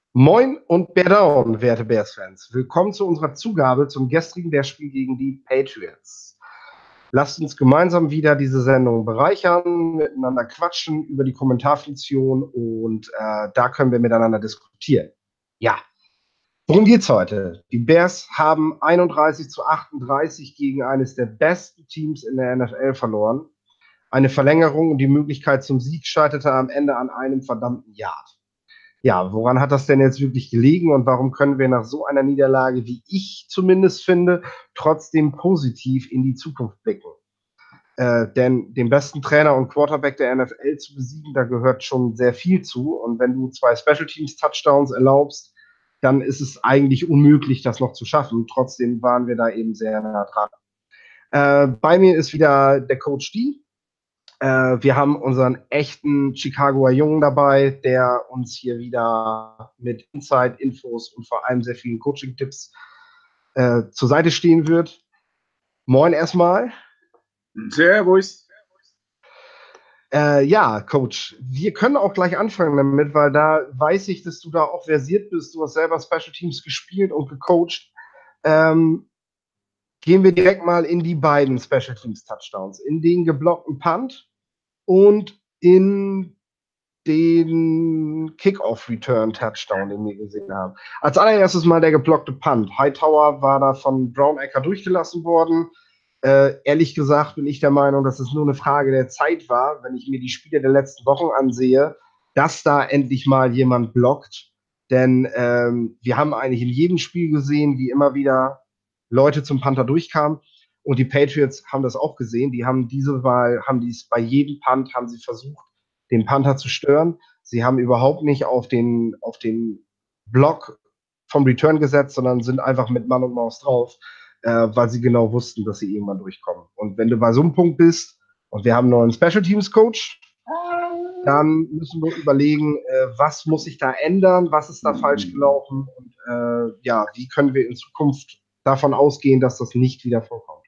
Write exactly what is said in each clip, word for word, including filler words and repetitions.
Moin und Bear Down, werte Bears-Fans. Willkommen zu unserer Zugabe zum gestrigen Bears-Spiel gegen die Patriots. Lasst uns gemeinsam wieder diese Sendung bereichern, miteinander quatschen über die Kommentarfunktion und äh, da können wir miteinander diskutieren. Ja, worum geht's heute? Die Bears haben einunddreißig zu achtunddreißig gegen eines der besten Teams in der N F L verloren. Eine Verlängerung und die Möglichkeit zum Sieg scheiterte am Ende an einem verdammten Yard. Ja, woran hat das denn jetzt wirklich gelegen und warum können wir nach so einer Niederlage, wie ich zumindest finde, trotzdem positiv in die Zukunft blicken? Äh, denn den besten Trainer und Quarterback der N F L zu besiegen, da gehört schon sehr viel zu. Und wenn du zwei Special Teams Touchdowns erlaubst, dann ist es eigentlich unmöglich, das noch zu schaffen. Trotzdem waren wir da eben sehr nah dran. Äh, bei mir ist wieder der Coach D. Äh, wir haben unseren echten Chicagoer Jungen dabei, der uns hier wieder mit Inside-Infos und vor allem sehr vielen Coaching-Tipps äh, zur Seite stehen wird. Moin erstmal. Servus. Äh, ja, Coach, wir können auch gleich anfangen damit, weil da weiß ich, dass du da auch versiert bist. Du hast selber Special Teams gespielt und gecoacht. Ähm, gehen wir direkt mal in die beiden Special Teams Touchdowns, in den geblockten Punt und in den Kickoff-Return-Touchdown, den wir gesehen haben. Als allererstes mal der geblockte Punt. Hightower war da von Brownacker durchgelassen worden. Äh, ehrlich gesagt bin ich der Meinung, dass es nur eine Frage der Zeit war, wenn ich mir die Spiele der letzten Wochen ansehe, dass da endlich mal jemand blockt. Denn ähm, wir haben eigentlich in jedem Spiel gesehen, wie immer wieder Leute zum Panther durchkamen. Und die Patriots haben das auch gesehen. Die haben diese Wahl, haben dies bei jedem Punt, haben sie versucht, den Panther zu stören. Sie haben überhaupt nicht auf den, auf den Block vom Return gesetzt, sondern sind einfach mit Mann und Maus drauf, äh, weil sie genau wussten, dass sie irgendwann durchkommen. Und wenn du bei so einem Punkt bist und wir haben einen neuen Special Teams Coach, dann müssen wir überlegen, äh, was muss sich da ändern, was ist da falsch gelaufen und äh, ja, wie können wir in Zukunft davon ausgehen, dass das nicht wieder vorkommt.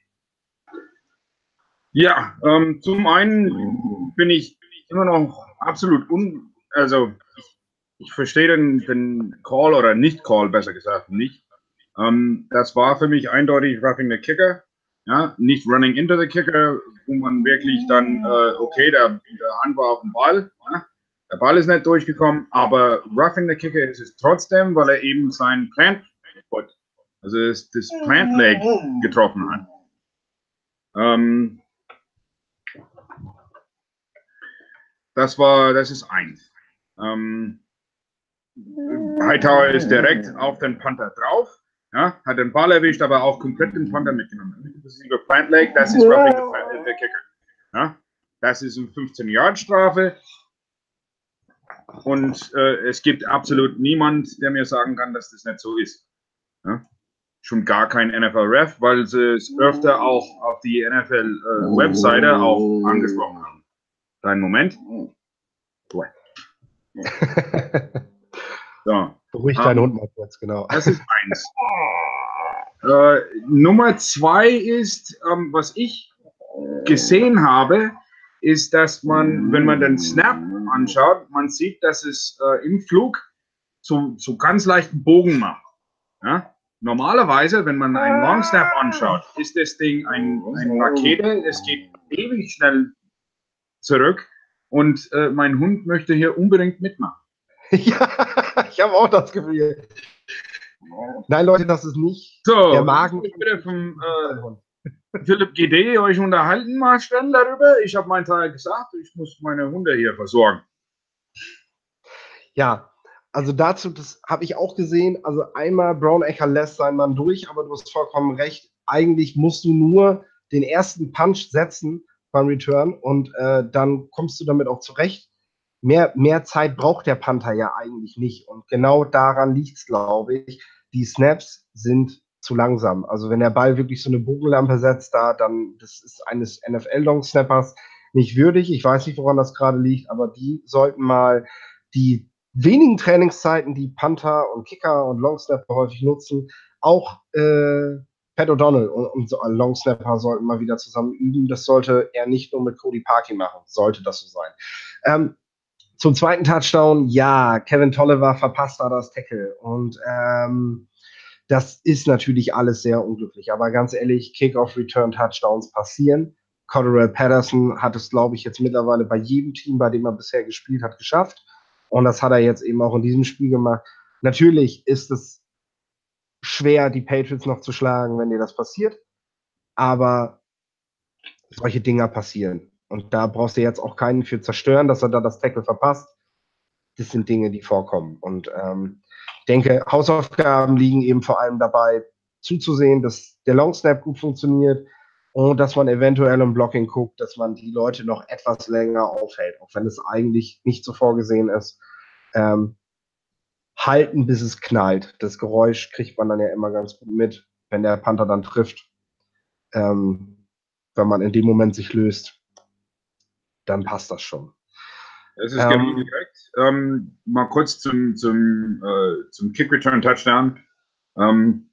Ja, ähm, zum einen bin ich immer noch absolut un, also ich, ich verstehe den, den Call oder Nicht-Call, besser gesagt, nicht. Ähm, das war für mich eindeutig roughing the kicker, ja, nicht running into the kicker, wo man wirklich dann, äh, okay, der, der Hand war auf dem Ball, ja, der Ball ist nicht durchgekommen, aber roughing the kicker ist es trotzdem, weil er eben sein Plant, also das, das Plant Leg getroffen hat. Ähm, Das war, das ist eins. Ähm, Hightower ist direkt auf den Panther drauf, ja, hat den Ball erwischt, aber auch komplett den Panther mitgenommen. Das ist über Plant Leg, das ist roughing the, the kicker. Ja, das ist eine fünfzehn-Yard-Strafe. Und äh, es gibt absolut niemand, der mir sagen kann, dass das nicht so ist. Ja? Schon gar kein N F L-Ref, weil sie es öfter auch auf die N F L-Webseite äh, auch angesprochen haben. Einen Moment. So. Beruhig um, deinen Hund mal kurz, genau. Das ist eins. äh, Nummer zwei ist, ähm, was ich gesehen habe, ist, dass man, wenn man den Snap anschaut, man sieht, dass es äh, im Flug so, so ganz leichten Bogen macht. Ja? Normalerweise, wenn man einen Long Snap anschaut, ist das Ding ein, eine Rakete, es geht ewig schnell zurück und äh, mein Hund möchte hier unbedingt mitmachen. Ja, ich habe auch das Gefühl. Nein, Leute, das ist nicht so, der Magen. Ich bitte vom äh, Philipp G D euch unterhalten mal schnell darüber. Ich habe meinen Teil gesagt, ich muss meine Hunde hier versorgen. Ja, also dazu, das habe ich auch gesehen. Also einmal Brownacker lässt seinen Mann durch, aber du hast vollkommen recht. Eigentlich musst du nur den ersten Punch setzen beim Return und äh, dann kommst du damit auch zurecht. Mehr, mehr Zeit braucht der Panther ja eigentlich nicht. Und genau daran liegt es, glaube ich. Die Snaps sind zu langsam. Also wenn der Ball wirklich so eine Bogenlampe setzt, da, dann, das ist eines N F L-Long-Snappers nicht würdig. Ich weiß nicht, woran das gerade liegt, aber die sollten mal die wenigen Trainingszeiten, die Panther und Kicker und Longsnapper häufig nutzen, auch äh, Pat O'Donnell und, und so ein Longsnapper sollten mal wieder zusammen üben. Das sollte er nicht nur mit Cody Parkey machen, sollte das so sein. Ähm, Zum zweiten Touchdown, ja, Kevin Tolliver verpasst da das Tackle. Und ähm, das ist natürlich alles sehr unglücklich. Aber ganz ehrlich, Kick-Off-Return-Touchdowns passieren. Cordell Patterson hat es, glaube ich, jetzt mittlerweile bei jedem Team, bei dem er bisher gespielt hat, geschafft. Und das hat er jetzt eben auch in diesem Spiel gemacht. Natürlich ist es schwer, die Patriots noch zu schlagen, wenn dir das passiert. Aber solche Dinger passieren. Und da brauchst du jetzt auch keinen für zerstören, dass er da das Tackle verpasst. Das sind Dinge, die vorkommen. Und ähm, ich denke, Hausaufgaben liegen eben vor allem dabei, zuzusehen, dass der Long Snap gut funktioniert und dass man eventuell im Blocking guckt, dass man die Leute noch etwas länger aufhält, auch wenn es eigentlich nicht so vorgesehen ist. Ähm, halten, bis es knallt. Das Geräusch kriegt man dann ja immer ganz gut mit, wenn der Panther dann trifft. Ähm, wenn man in dem Moment sich löst, dann passt das schon. Das ist genau ähm, direkt. Ähm, mal kurz zum, zum, äh, zum Kick-Return-Touchdown. Ähm,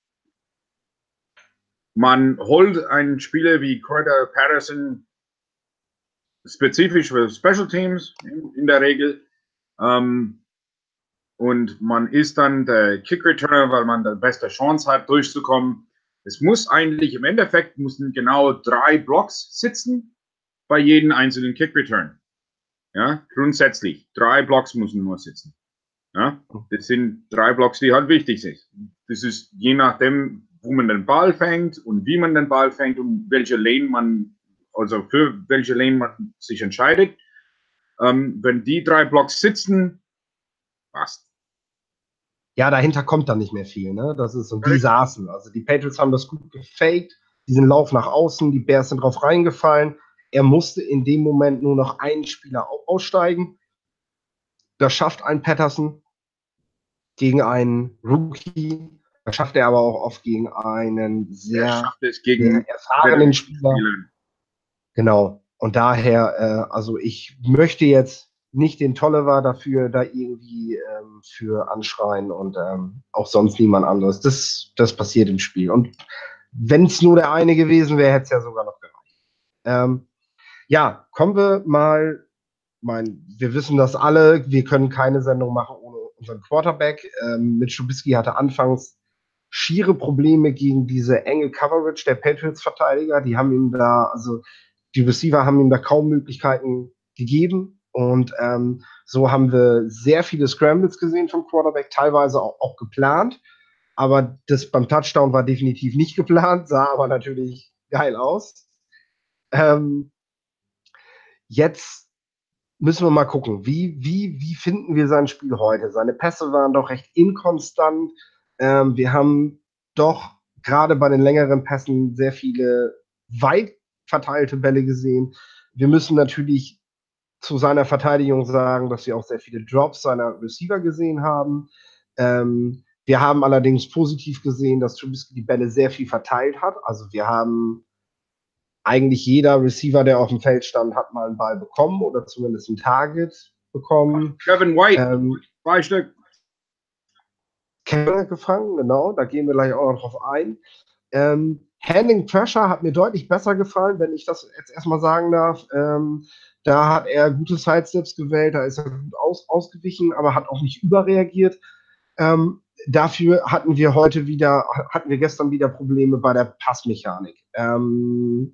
man holt einen Spieler wie Cordell Patterson spezifisch für Special Teams in, in der Regel. Ähm, und man ist dann der Kick-Returner, weil man die beste Chance hat, durchzukommen. Es muss eigentlich, im Endeffekt, müssen genau drei Blocks sitzen bei jedem einzelnen Kick-Return. Ja, grundsätzlich. Drei Blocks müssen nur sitzen. Ja, das sind drei Blocks, die halt wichtig sind. Das ist je nachdem, wo man den Ball fängt und wie man den Ball fängt und welche Lane man, also für welche Lane man sich entscheidet. Ähm, wenn die drei Blocks sitzen, passt. Ja, dahinter kommt dann nicht mehr viel, ne? Das ist, und die saßen. Also die Patriots haben das gut gefaked, diesen Lauf nach außen, die Bears sind drauf reingefallen. Er musste in dem Moment nur noch einen Spieler aussteigen. Das schafft ein Patterson gegen einen Rookie. Das schafft er aber auch oft gegen einen sehr, gegen sehr erfahrenen Spieler. Spielen. Genau. Und daher, äh, also ich möchte jetzt nicht den Tolliver dafür da irgendwie ähm, für anschreien und ähm, auch sonst niemand anderes. Das, das passiert im Spiel. Und wenn es nur der eine gewesen wäre, hätte es ja sogar noch gereicht. Ähm, ja, kommen wir mal, mein, wir wissen das alle, wir können keine Sendung machen ohne unseren Quarterback. Ähm, Mitch Trubisky hatte anfangs schiere Probleme gegen diese enge Coverage der Patriots-Verteidiger. Die haben ihm da, also die Receiver haben ihm da kaum Möglichkeiten gegeben. Und ähm, so haben wir sehr viele Scrambles gesehen vom Quarterback, teilweise auch, auch geplant. Aber das beim Touchdown war definitiv nicht geplant, sah aber natürlich geil aus. Ähm, jetzt müssen wir mal gucken, wie, wie, wie finden wir sein Spiel heute? Seine Pässe waren doch recht inkonstant. Ähm, wir haben doch gerade bei den längeren Pässen sehr viele weit verteilte Bälle gesehen. Wir müssen natürlich zu seiner Verteidigung sagen, dass wir auch sehr viele Drops seiner Receiver gesehen haben. Ähm, wir haben allerdings positiv gesehen, dass Trubisky die Bälle sehr viel verteilt hat. Also wir haben eigentlich jeder Receiver, der auf dem Feld stand, hat mal einen Ball bekommen oder zumindest ein Target bekommen. Kevin White, ähm, zwei Stück. Kevin gefangen, genau, da gehen wir gleich auch noch drauf ein. Ähm, Handling Pressure hat mir deutlich besser gefallen, wenn ich das jetzt erstmal sagen darf. Ähm, da hat er gute Sidesteps gewählt, da ist er gut aus, ausgewichen, aber hat auch nicht überreagiert. Ähm, dafür hatten wir heute wieder, hatten wir gestern wieder Probleme bei der Passmechanik. Ähm,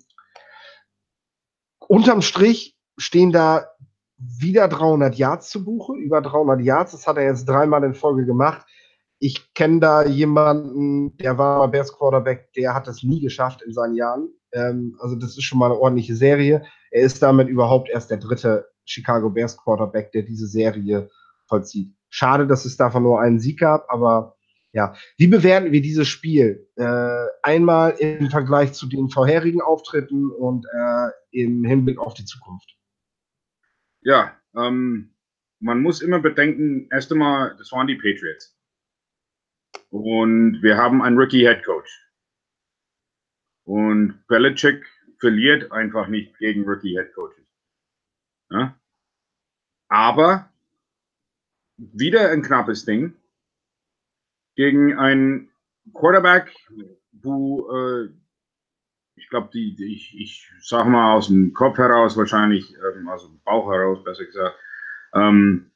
unterm Strich stehen da wieder dreihundert Yards zu Buche, über dreihundert Yards. Das hat er jetzt dreimal in Folge gemacht. Ich kenne da jemanden, der war Bears Quarterback, der hat das nie geschafft in seinen Jahren. Ähm, also das ist schon mal eine ordentliche Serie. Er ist damit überhaupt erst der dritte Chicago Bears Quarterback, der diese Serie vollzieht. Schade, dass es davon nur einen Sieg gab, aber ja. Wie bewerten wir dieses Spiel? Äh, einmal im Vergleich zu den vorherigen Auftritten und äh, im Hinblick auf die Zukunft. Ja, ähm, man muss immer bedenken, erst einmal, das waren die Patriots. Und wir haben einen Rookie-Head Coach. Und Belichick verliert einfach nicht gegen Rookie-Head Coaches. Ja? Aber wieder ein knappes Ding gegen einen Quarterback, wo äh, ich glaube, die, die, ich, ich sage mal aus dem Kopf heraus, wahrscheinlich ähm, aus dem Bauch heraus, besser gesagt, Ähm,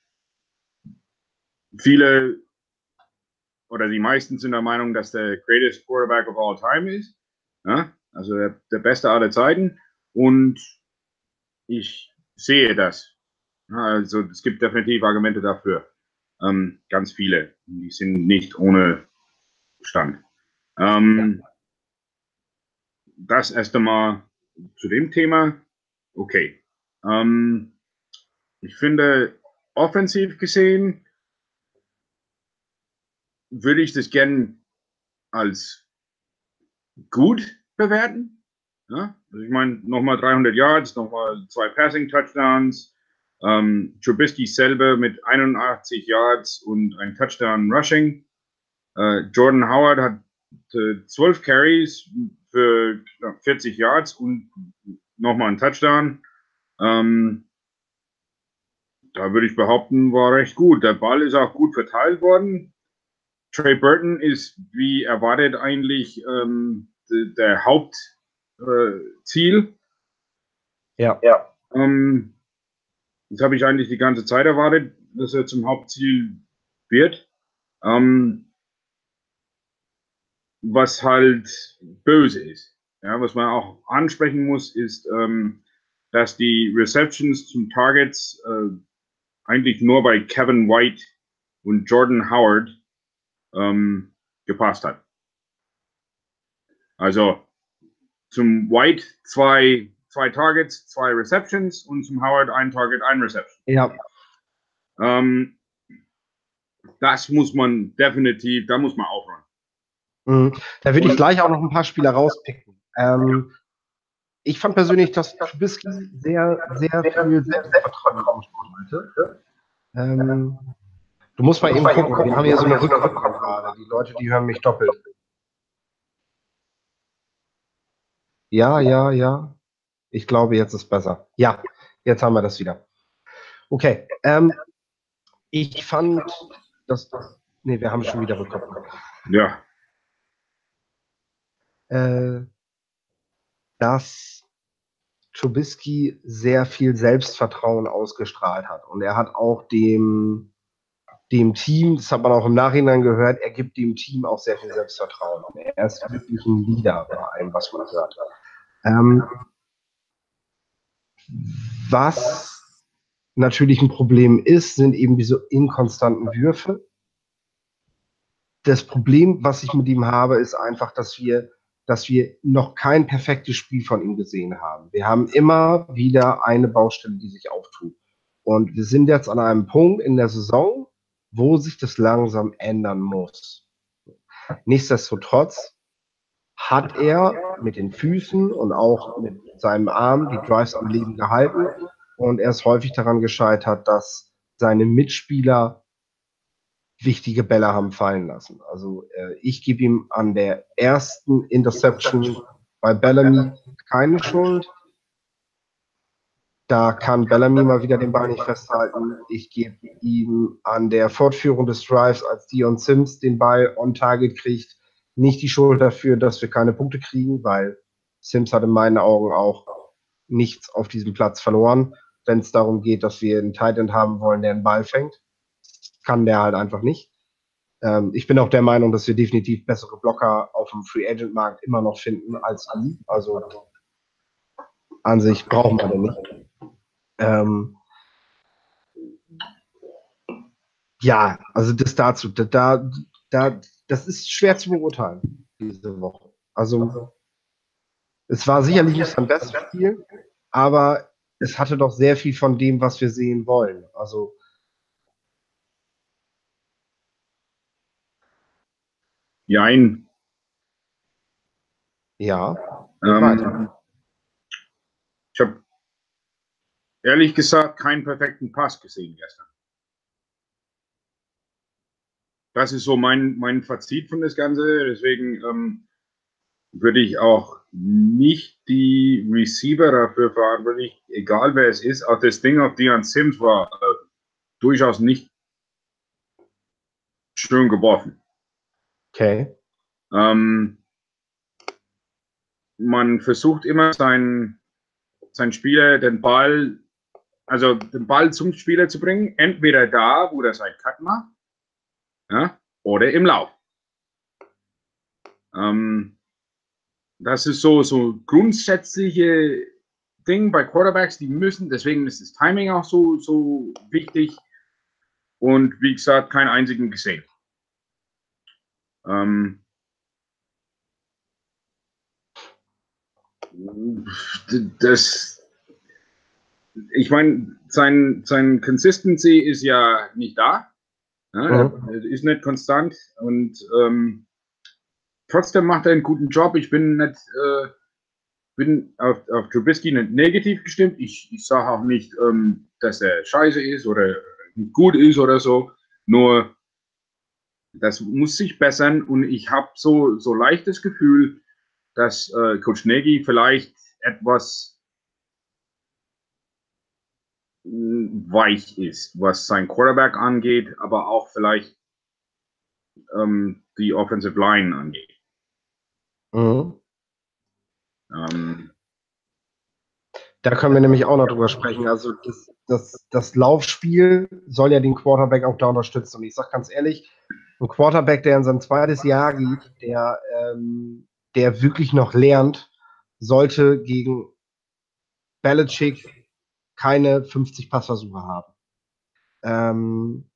viele oder die meisten sind der Meinung, dass der greatest Quarterback of all time ist. Ja? Also der, der beste aller Zeiten. Und ich sehe das. Also es gibt definitiv Argumente dafür. Ähm, ganz viele. Die sind nicht ohne Stand. Ähm, ja. Das erst einmal zu dem Thema. Okay. Ähm, ich finde, offensiv gesehen würde ich das gerne als gut bewerten. Ja? Also ich meine, nochmal dreihundert Yards, nochmal zwei Passing-Touchdowns. Ähm, Trubisky selber mit einundachtzig Yards und ein Touchdown Rushing. Äh, Jordan Howard hat äh, zwölf Carries für vierzig Yards und nochmal ein Touchdown. Ähm, da würde ich behaupten, war recht gut. Der Ball ist auch gut verteilt worden. Trey Burton ist wie erwartet eigentlich ähm, de, der Hauptziel. Äh, ja. ja. Ähm, das habe ich eigentlich die ganze Zeit erwartet, dass er zum Hauptziel wird. Ähm, was halt böse ist. Ja, was man auch ansprechen muss, ist, ähm, dass die Receptions zum Targets äh, eigentlich nur bei Kevin White und Jordan Howard ähm, gepasst hat. Also zum White zwei, zwei Targets, zwei Receptions und zum Howard ein Target, ein Reception. Ja. Ähm, das muss man definitiv, da muss man aufräumen. Mhm. Da würde ich gleich auch noch ein paar Spieler rauspicken. Ähm, ich fand persönlich, dass Trubisky sehr, sehr viel Selbstvertrauen ausstrahlte. Ähm, du musst mal eben gucken, wir haben hier so eine Rückkopplung gerade. Die Leute, die hören mich doppelt. Ja, ja, ja. Ich glaube, jetzt ist besser. Ja, jetzt haben wir das wieder. Okay. Ähm, ich fand, dass. Nee, wir haben schon wieder Rückkopplung. Ja. Äh, dass Trubisky sehr viel Selbstvertrauen ausgestrahlt hat. Und er hat auch dem, dem Team, das hat man auch im Nachhinein gehört, er gibt dem Team auch sehr viel Selbstvertrauen. Er ist wirklich ein Leader bei allem, was man hört. Ähm, was natürlich ein Problem ist, sind eben diese inkonstanten Würfe. Das Problem, was ich mit ihm habe, ist einfach, dass wir, dass wir noch kein perfektes Spiel von ihm gesehen haben. Wir haben immer wieder eine Baustelle, die sich auftut. Und wir sind jetzt an einem Punkt in der Saison, wo sich das langsam ändern muss. Nichtsdestotrotz hat er mit den Füßen und auch mit seinem Arm die Drives am Leben gehalten. Und er ist häufig daran gescheitert, dass seine Mitspieler wichtige Bälle haben fallen lassen. Also äh, ich gebe ihm an der ersten Interception bei Bellamy keine Schuld. Da kann Bellamy mal wieder den Ball nicht festhalten. Ich gebe ihm an der Fortführung des Drives, als Dion Sims den Ball on Target kriegt, nicht die Schuld dafür, dass wir keine Punkte kriegen, weil Sims hat in meinen Augen auch nichts auf diesem Platz verloren, wenn es darum geht, dass wir einen Tight End haben wollen, der einen Ball fängt. Kann der halt einfach nicht. Ähm, ich bin auch der Meinung, dass wir definitiv bessere Blocker auf dem Free Agent Markt immer noch finden als Ali. Also an sich brauchen wir den nicht. Ähm, ja, also das dazu, da, da, das ist schwer zu beurteilen diese Woche. Also es war sicherlich nicht sein bestes Spiel, aber es hatte doch sehr viel von dem, was wir sehen wollen. Also Jein. Ja. Ähm, ich habe ehrlich gesagt keinen perfekten Pass gesehen gestern. Das ist so mein, mein Fazit von das Ganze. Deswegen ähm, würde ich auch nicht die Receiver dafür verantwortlich, egal wer es ist. Auch das Ding auf Dion Sims war äh, durchaus nicht schön geworfen. Okay. Ähm, man versucht immer, seinen, seinen Spieler den Ball also den Ball zum Spieler zu bringen, entweder da, wo er seinen Cut macht, ja, oder im Lauf. Ähm, das ist so so grundsätzliche Ding bei Quarterbacks, die müssen, deswegen ist das Timing auch so, so wichtig. Und wie gesagt, keinen einzigen gesehen. Ähm, das, ich meine, sein, sein Consistency ist ja nicht da. Ja, Mhm. er ist nicht konstant und ähm, trotzdem macht er einen guten Job. Ich bin nicht, äh, bin auf, auf Trubisky nicht negativ gestimmt. Ich, ich sage auch nicht, ähm, dass er scheiße ist oder gut ist oder so. Nur das muss sich bessern und ich habe so, so leicht das Gefühl, dass äh, Coach Nagy vielleicht etwas mh, weich ist, was sein Quarterback angeht, aber auch vielleicht ähm, die Offensive Line angeht. Mhm. Ähm, Da können wir nämlich auch noch drüber sprechen. Also das, das, das Laufspiel soll ja den Quarterback auch da unterstützen. Und ich sage ganz ehrlich, ein Quarterback, der in sein zweites Jahr geht, der, ähm, der wirklich noch lernt, sollte gegen Belichick keine fünfzig Passversuche haben. Ähm,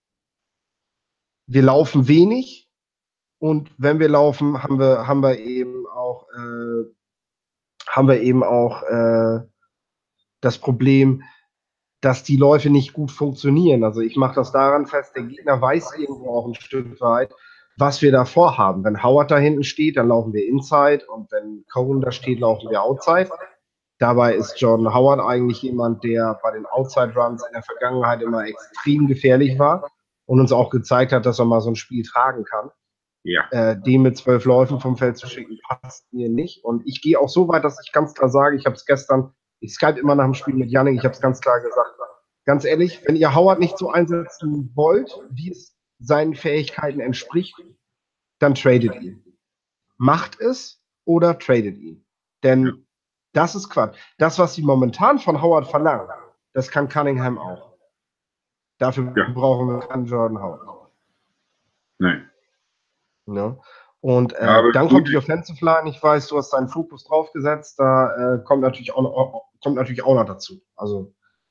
wir laufen wenig und wenn wir laufen, haben wir, haben wir eben auch, äh, haben wir eben auch äh, das Problem, dass die Läufe nicht gut funktionieren. Also ich mache das daran fest, der Gegner weiß irgendwo auch ein Stück weit, was wir da vorhaben. Wenn Howard da hinten steht, dann laufen wir Inside und wenn Cohen da steht, laufen wir Outside. Dabei ist Jordan Howard eigentlich jemand, der bei den Outside Runs in der Vergangenheit immer extrem gefährlich war und uns auch gezeigt hat, dass er mal so ein Spiel tragen kann. ja. Äh, den mit zwölf Läufen vom Feld zu schicken, passt mir nicht. Und ich gehe auch so weit, dass ich ganz klar sage, ich habe es gestern, ich skype immer nach dem Spiel mit Yannick, ich habe es ganz klar gesagt, ganz ehrlich, wenn ihr Howard nicht so einsetzen wollt, wie es seinen Fähigkeiten entspricht, dann tradet ihn. Macht es oder tradet ihn. Ja. Denn das ist Quatsch. Das, was sie momentan von Howard verlangen, das kann Cunningham auch. Dafür Ja. brauchen wir keinen Jordan Howard. Nein. Ne? Und Ja, äh, aber dann gut. kommt die Offensive Line. Ich weiß, du hast deinen Fokus drauf gesetzt. Da äh, kommt, natürlich auch noch, kommt natürlich auch noch dazu. Also,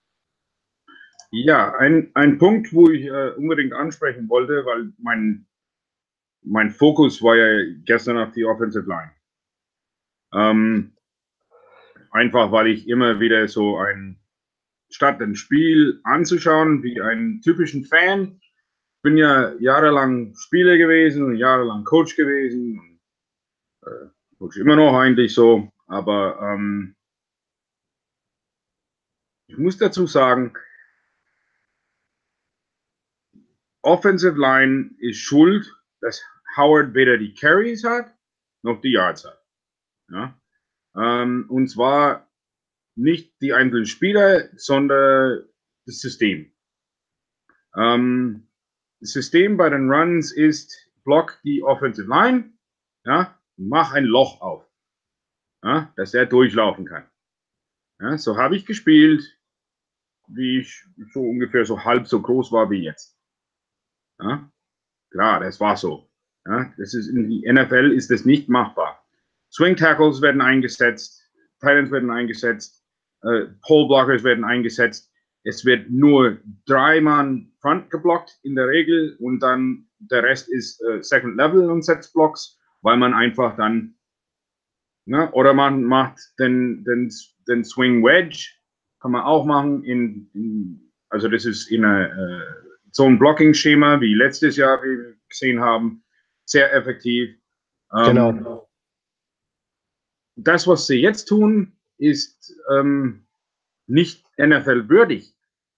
Ja, ein, ein Punkt, wo ich äh, unbedingt ansprechen wollte, weil mein, mein Fokus war ja gestern auf die Offensive Line. Ähm, einfach, weil ich immer wieder so ein, statt ein Spiel anzuschauen, wie einen typischen Fan, bin ja jahrelang Spieler gewesen und jahrelang Coach gewesen. Und, äh, Coach immer noch eigentlich so, aber ähm, ich muss dazu sagen, Offensive Line ist schuld, dass Howard weder die Carries hat, noch die Yards hat. Ja? Ähm, und zwar nicht die einzelnen Spieler, sondern das System. Ähm, das System bei den Runs ist, block die Offensive Line, ja, mach ein Loch auf, ja, dass er durchlaufen kann. Ja, so habe ich gespielt, wie ich so ungefähr so halb so groß war wie jetzt. Ja, klar, das war so. Ja, das ist in die N F L ist das nicht machbar. Swing Tackles werden eingesetzt, Titans werden eingesetzt, äh, Pole Blockers werden eingesetzt. Es wird nur drei Mann Front geblockt in der Regel und dann der Rest ist äh, Second Level und Sets Blocks, weil man einfach dann, ne, oder man macht den, den, den Swing Wedge, kann man auch machen in, in also das ist in einer äh, so ein Blocking-Schema wie letztes Jahr, wie wir gesehen haben, sehr effektiv. genau. Ähm, das, was sie jetzt tun, ist ähm, nicht N F L-würdig.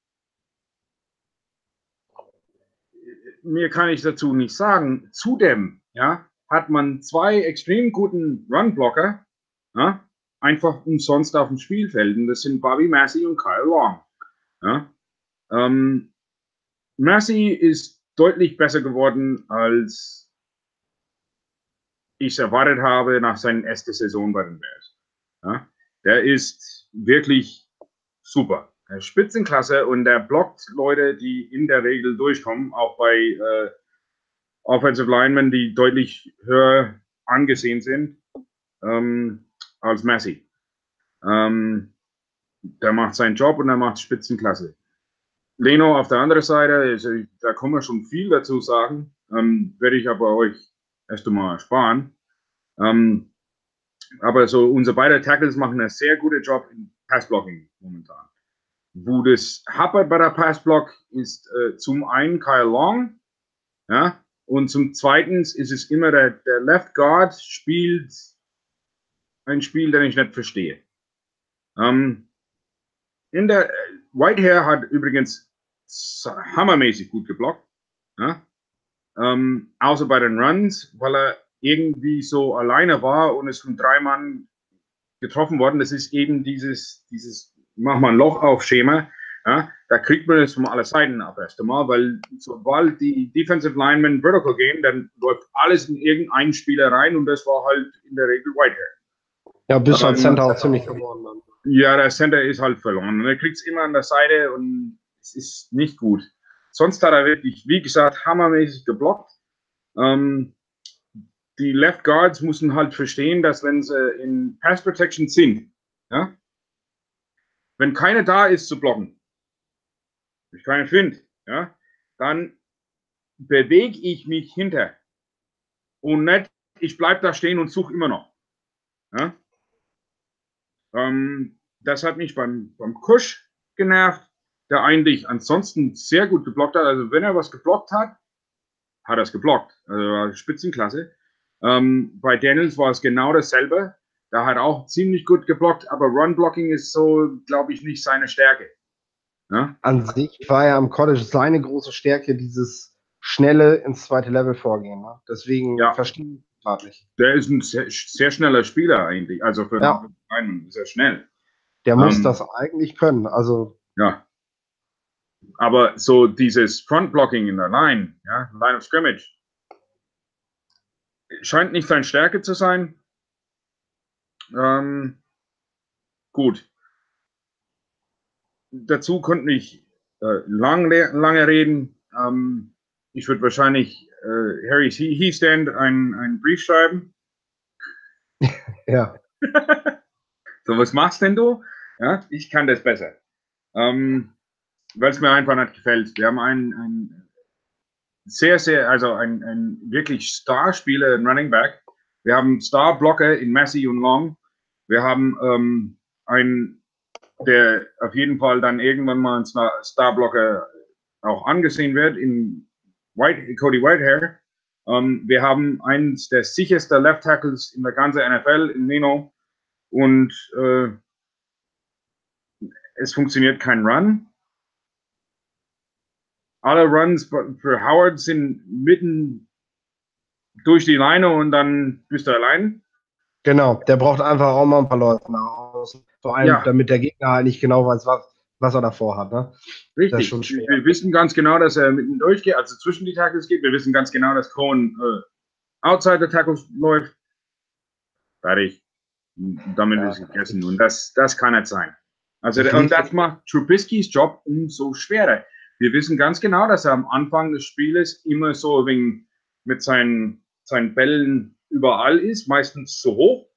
Mehr kann ich dazu nicht sagen. Zudem ja, hat man zwei extrem guten Run-Blocker ja, einfach umsonst auf dem Spielfeld. Und das sind Bobby Massey und Kyle Long. Ja. Ähm, Massey ist deutlich besser geworden, als ich es erwartet habe nach seiner ersten Saison bei den Bears. Ja. Der ist wirklich super. Spitzenklasse und der blockt Leute, die in der Regel durchkommen, auch bei äh, Offensive Linemen, die deutlich höher angesehen sind ähm, als Messi. Ähm, der macht seinen Job und er macht Spitzenklasse. Leno auf der anderen Seite, also, da kann man schon viel dazu sagen, ähm, werde ich aber euch erst einmal ersparen. Ähm, aber so unsere beiden Tackles machen einen sehr guten Job im Passblocking momentan. Wo das hapert bei der Passblock ist äh, zum einen Kyle Long, ja, und zum zweiten ist es immer der, der Left Guard spielt ein Spiel, den ich nicht verstehe. Ähm, in der Whitehair hat übrigens hammermäßig gut geblockt, ja, ähm, außer bei den Runs, weil er irgendwie so alleine war und es von drei Mann getroffen worden. Das ist eben dieses, dieses mach mal ein Loch auf Schema. Ja, da kriegt man es von allen Seiten ab erst einmal, weil sobald die Defensive Linemen vertical gehen, dann läuft alles in irgendeinen Spieler rein und das war halt in der Regel Whitehair. Ja, bist als Center auch ziemlich verloren dann. Ja, der Center ist halt verloren und er kriegt es immer an der Seite und es ist nicht gut. Sonst hat er wirklich, wie gesagt, hammermäßig geblockt. Ähm, die Left Guards müssen halt verstehen, dass wenn sie in Pass Protection sind, ja, wenn keiner da ist zu blocken, ich keinen finde, ja, dann bewege ich mich hinter und nicht, ich bleibe da stehen und suche immer noch. Ja? Ähm, das hat mich beim, beim Kusch genervt, der eigentlich ansonsten sehr gut geblockt hat. Also wenn er was geblockt hat, hat er es geblockt. Also Spitzenklasse. Ähm, bei Daniels war es genau dasselbe. Da hat er auch ziemlich gut geblockt, aber Run-Blocking ist so, glaube ich, nicht seine Stärke. Ja? An sich war ja am College seine große Stärke dieses schnelle ins zweite Level vorgehen. Ne? Deswegen Ja. verstehe ich partlich. Der ist ein sehr, sehr schneller Spieler eigentlich. Also für ja. einen sehr schnell. Der muss ähm, das eigentlich können. Also ja. Aber so dieses Front-Blocking in der Line, ja, Line of Scrimmage, scheint nicht seine Stärke zu sein. Ähm, gut. Dazu konnte ich äh, lang, lange reden. Ähm, ich würde wahrscheinlich äh, Harry Heastand einen, einen Brief schreiben. Ja. So, was machst denn du? Ja, ich kann das besser. Ähm, weil es mir einfach nicht gefällt. Wir haben einen, einen sehr, sehr, also ein, ein wirklich Star-Spieler in Running Back. Wir haben Star-Blocker in Messi und Long. Wir haben ähm, einen, der auf jeden Fall dann irgendwann mal ein Star-Blocker auch angesehen wird, in White, Cody Whitehair. Ähm, wir haben eines der sichersten Left Tackles in der ganzen N F L, in Leno. Und äh, es funktioniert kein Run. Alle Runs für Howard sind mitten durch die Leine und dann bist du allein. Genau, der braucht einfach auch mal ein paar Läufe nach außen. Vor allem, ja. damit der Gegner halt nicht genau weiß, was, was er davor hat. Ne? Richtig. Das ist schon schwer. Wir wissen ganz genau, dass er mitten durchgeht, also zwischen die Tackles geht. Wir wissen ganz genau, dass Cohen äh, outside the Tackles läuft. Fertig. Damit ja. ist es gegessen. Und das, das kann nicht sein. Also, das und das macht Trubiskys Job umso schwerer. Wir wissen ganz genau, dass er am Anfang des Spieles immer so wegen mit seinen, seinen Bällen überall ist, meistens zu hoch.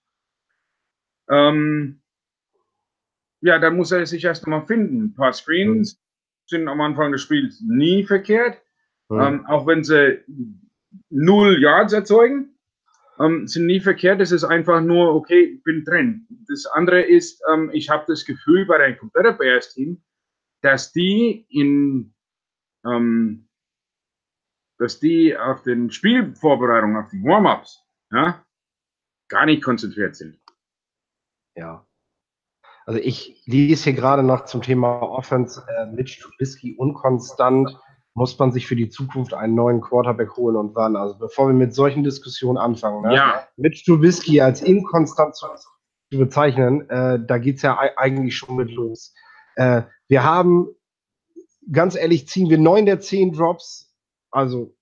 Ähm, ja, da muss er sich erst einmal finden. Ein paar Screens mhm. sind am Anfang des Spiels nie verkehrt, mhm. ähm, auch wenn sie null Yards erzeugen, ähm, sind nie verkehrt. Es ist einfach nur, okay, ich bin drin. Das andere ist, ähm, ich habe das Gefühl bei dem kompletten Bears-Team, dass die in ähm, dass die auf den Spielvorbereitungen, auf die Warm-Ups, ja, gar nicht konzentriert sind. Ja. Also ich lese hier gerade noch zum Thema Offense, äh, Mitch Trubisky unkonstant, muss man sich für die Zukunft einen neuen Quarterback holen und wann? Also bevor wir mit solchen Diskussionen anfangen, ne? Ja. Mitch Trubisky als inkonstant zu, zu bezeichnen, äh, da geht es ja eigentlich schon mit los. Äh, wir haben, ganz ehrlich, ziehen wir neun der zehn Drops, also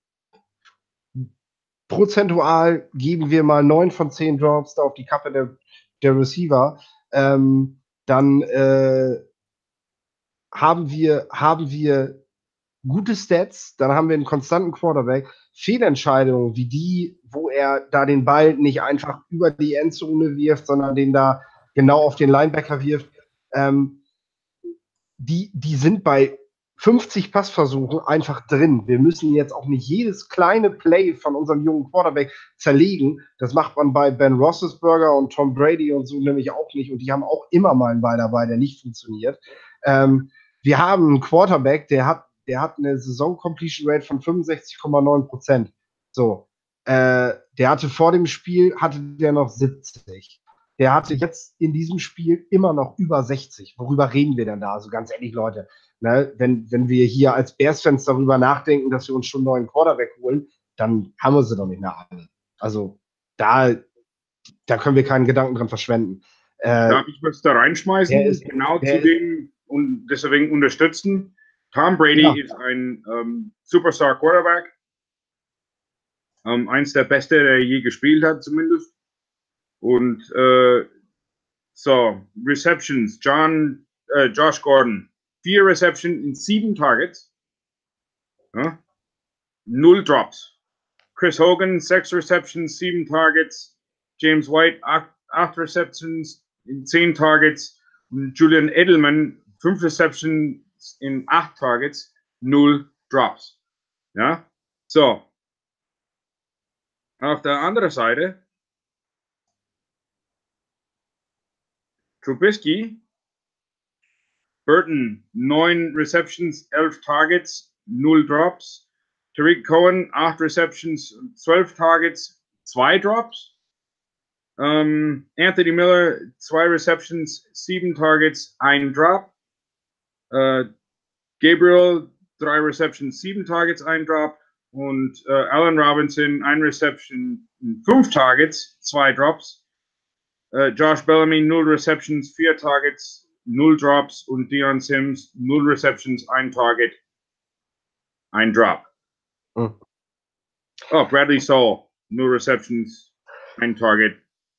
prozentual geben wir mal neun von zehn Drops da auf die Kappe der, der Receiver, ähm, dann äh, haben wir, haben wir gute Stats, dann haben wir einen konstanten Quarterback. Fehlentscheidungen wie die, wo er da den Ball nicht einfach über die Endzone wirft, sondern den da genau auf den Linebacker wirft, ähm, die, die sind bei fünfzig Passversuchen einfach drin. Wir müssen jetzt auch nicht jedes kleine Play von unserem jungen Quarterback zerlegen. Das macht man bei Ben Roethlisberger und Tom Brady und so nämlich auch nicht. Und die haben auch immer mal einen Ball dabei, der nicht funktioniert. Ähm, wir haben einen Quarterback, der hat, der hat eine Saison-Completion-Rate von fünfundsechzig Komma neun Prozent. So. Äh, der hatte vor dem Spiel, hatte der noch siebzig. Der hatte jetzt in diesem Spiel immer noch über sechzig. Worüber reden wir denn da? Also ganz ehrlich, Leute, ne, wenn, wenn wir hier als Bears-Fans darüber nachdenken, dass wir uns schon einen neuen Quarterback holen, dann haben wir sie doch nicht mehr alle. Also da, da können wir keinen Gedanken dran verschwenden. Äh, Darf ich was da reinschmeißen? Ist, genau zu dem und deswegen unterstützen. Tom Brady ja. ist ein ähm, Superstar Quarterback. Ähm, eins der Beste, der je gespielt hat, zumindest. Und äh, so, Receptions, John, äh, Josh Gordon, vier Receptions in sieben Targets, ja? Null Drops. Chris Hogan, sechs Receptions, sieben Targets. James White, acht, acht Receptions in zehn Targets. Und Julian Edelman, fünf Receptions in acht Targets, null Drops. Ja, so. Auf der anderen Seite Trubisky, Burton, neun Receptions, elf Targets, null Drops. Tariq Cohen, acht Receptions, zwölf Targets, zwei Drops. Um, Anthony Miller, zwei Receptions, sieben Targets, ein Drop. Uh, Gabriel, drei Receptions, sieben Targets, ein Drop. Und uh, Allen Robinson, ein Reception, fünf Targets, zwei Drops. Uh, Josh Bellamy, null Receptions, vier Targets, null Drops. Und Deion Sims, null Receptions, ein Target, ein Drop. Hm. Oh, Bradley Saul, null Receptions, ein Target.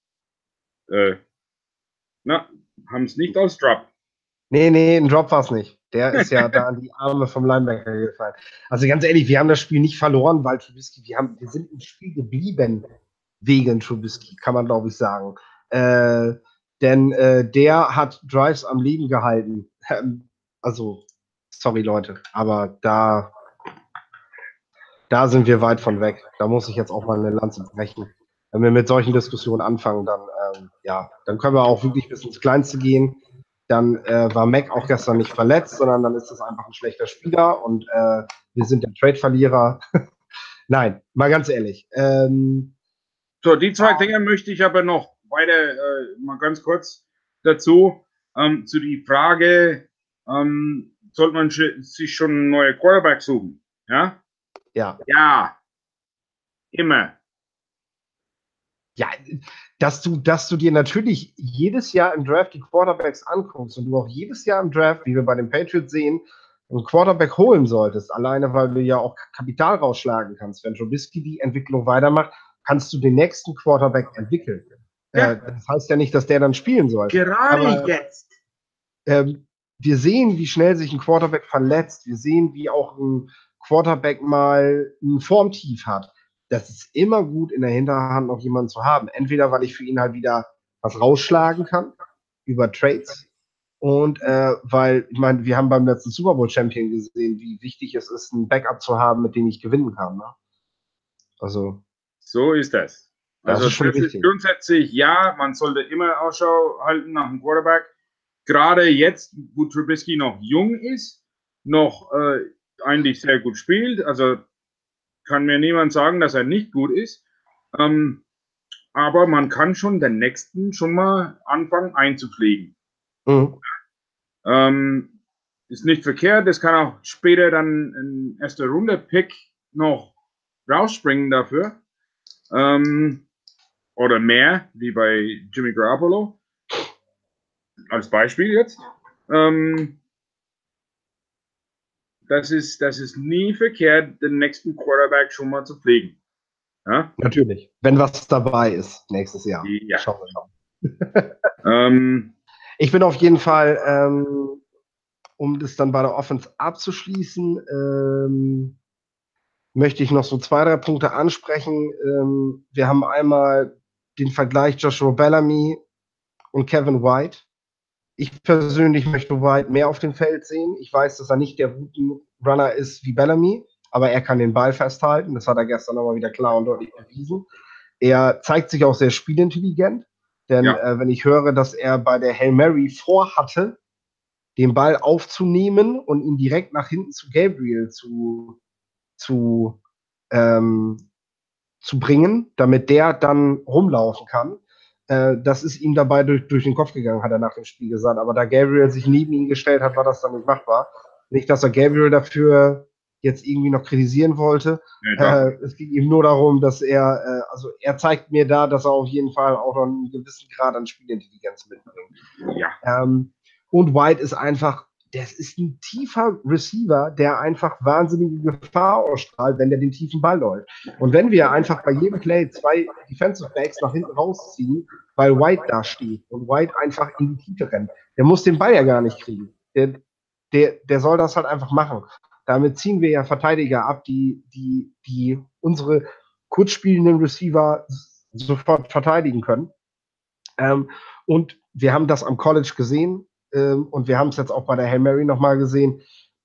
Uh, na, haben es nicht als Drop. Nee, nee, ein Drop war es nicht. Der ist ja da an die Arme vom Linebacker gefallen. Also ganz ehrlich, wir haben das Spiel nicht verloren, weil Trubisky, wir, haben, wir sind im Spiel geblieben wegen Trubisky, kann man glaube ich sagen. Äh, denn äh, der hat Drives am Leben gehalten. Also, sorry Leute, aber da, da sind wir weit von weg. Da muss ich jetzt auch mal eine Lanze brechen. Wenn wir mit solchen Diskussionen anfangen, dann, ähm, ja, dann können wir auch wirklich bis ins Kleinste gehen. Dann äh, war Mac auch gestern nicht verletzt, sondern dann ist das einfach ein schlechter Spieler und äh, wir sind der Trade-Verlierer. Nein, mal ganz ehrlich. Ähm, so, die zwei Dinge möchte ich aber noch weiter, äh, mal ganz kurz dazu, ähm, zu die Frage, ähm, sollte man sich schon neue Quarterback suchen? Ja? Ja. Ja. Immer. Ja, dass du, dass du dir natürlich jedes Jahr im Draft die Quarterbacks anguckst und du auch jedes Jahr im Draft, wie wir bei den Patriots sehen, einen Quarterback holen solltest, alleine weil du ja auch Kapital rausschlagen kannst. Wenn Trubisky die Entwicklung weitermacht, kannst du den nächsten Quarterback entwickeln. Ja. Äh, das heißt ja nicht, dass der dann spielen soll. Gerade Aber, jetzt. Ähm, wir sehen, wie schnell sich ein Quarterback verletzt. Wir sehen, wie auch ein Quarterback mal ein Formtief hat. Das ist immer gut, in der Hinterhand noch jemanden zu haben. Entweder, weil ich für ihn halt wieder was rausschlagen kann über Trades und äh, weil, ich meine, wir haben beim letzten Super Bowl Champion gesehen, wie wichtig es ist, ein Backup zu haben, mit dem ich gewinnen kann. Ne? Also. So ist das. Also, das ist, schon das wichtig. ist grundsätzlich, ja, man sollte immer Ausschau halten nach einem Quarterback. Gerade jetzt, wo Trubisky noch jung ist, noch äh, eigentlich sehr gut spielt. Also, kann mir niemand sagen, dass er nicht gut ist. Ähm, aber man kann schon den nächsten schon mal anfangen einzupflegen. Mhm. Ähm, ist nicht verkehrt. Es kann auch später dann ein erster Runde-Pick noch rausspringen dafür. Ähm, oder mehr, wie bei Jimmy Garoppolo. Als Beispiel jetzt. Ähm, das ist, das ist nie verkehrt, den nächsten Quarterback schon mal zu pflegen. Ja? Natürlich. Wenn was dabei ist nächstes Jahr. Ja. Schauen wir mal. ähm, ich bin auf jeden Fall ähm, um das dann bei der Offense abzuschließen, ähm, möchte ich noch so zwei, drei Punkte ansprechen. Ähm, wir haben einmal den Vergleich Joshua Bellamy und Kevin White. Ich persönlich möchte White mehr auf dem Feld sehen. Ich weiß, dass er nicht der Routenrunner ist wie Bellamy, aber er kann den Ball festhalten. Das hat er gestern nochmal wieder klar und deutlich bewiesen. Er zeigt sich auch sehr spielintelligent, denn Ja. äh, wenn ich höre, dass er bei der Hail Mary vorhatte, den Ball aufzunehmen und ihn direkt nach hinten zu Gabriel zu, zu, ähm, zu bringen, damit der dann rumlaufen kann, äh, das ist ihm dabei durch, durch den Kopf gegangen, hat er nach dem Spiel gesagt. Aber da Gabriel sich neben ihn gestellt hat, war das dann nicht machbar. Nicht, dass er Gabriel dafür jetzt irgendwie noch kritisieren wollte. Ja, äh, es ging ihm nur darum, dass er, äh, also er zeigt mir da, dass er auf jeden Fall auch noch einen gewissen Grad an Spielintelligenz mitbringt. ja. Ähm, und White ist einfach, das ist ein tiefer Receiver, der einfach wahnsinnige Gefahr ausstrahlt, wenn der den tiefen Ball läuft. Und wenn wir einfach bei jedem Play zwei Defensive Backs nach hinten rausziehen, weil White da steht und White einfach in die Tiefe rennt, der muss den Ball ja gar nicht kriegen. Der, der, der soll das halt einfach machen. Damit ziehen wir ja Verteidiger ab, die, die, die unsere kurzspielenden Receiver sofort verteidigen können. Ähm, und wir haben das am College gesehen ähm, und wir haben es jetzt auch bei der Hail Mary nochmal gesehen.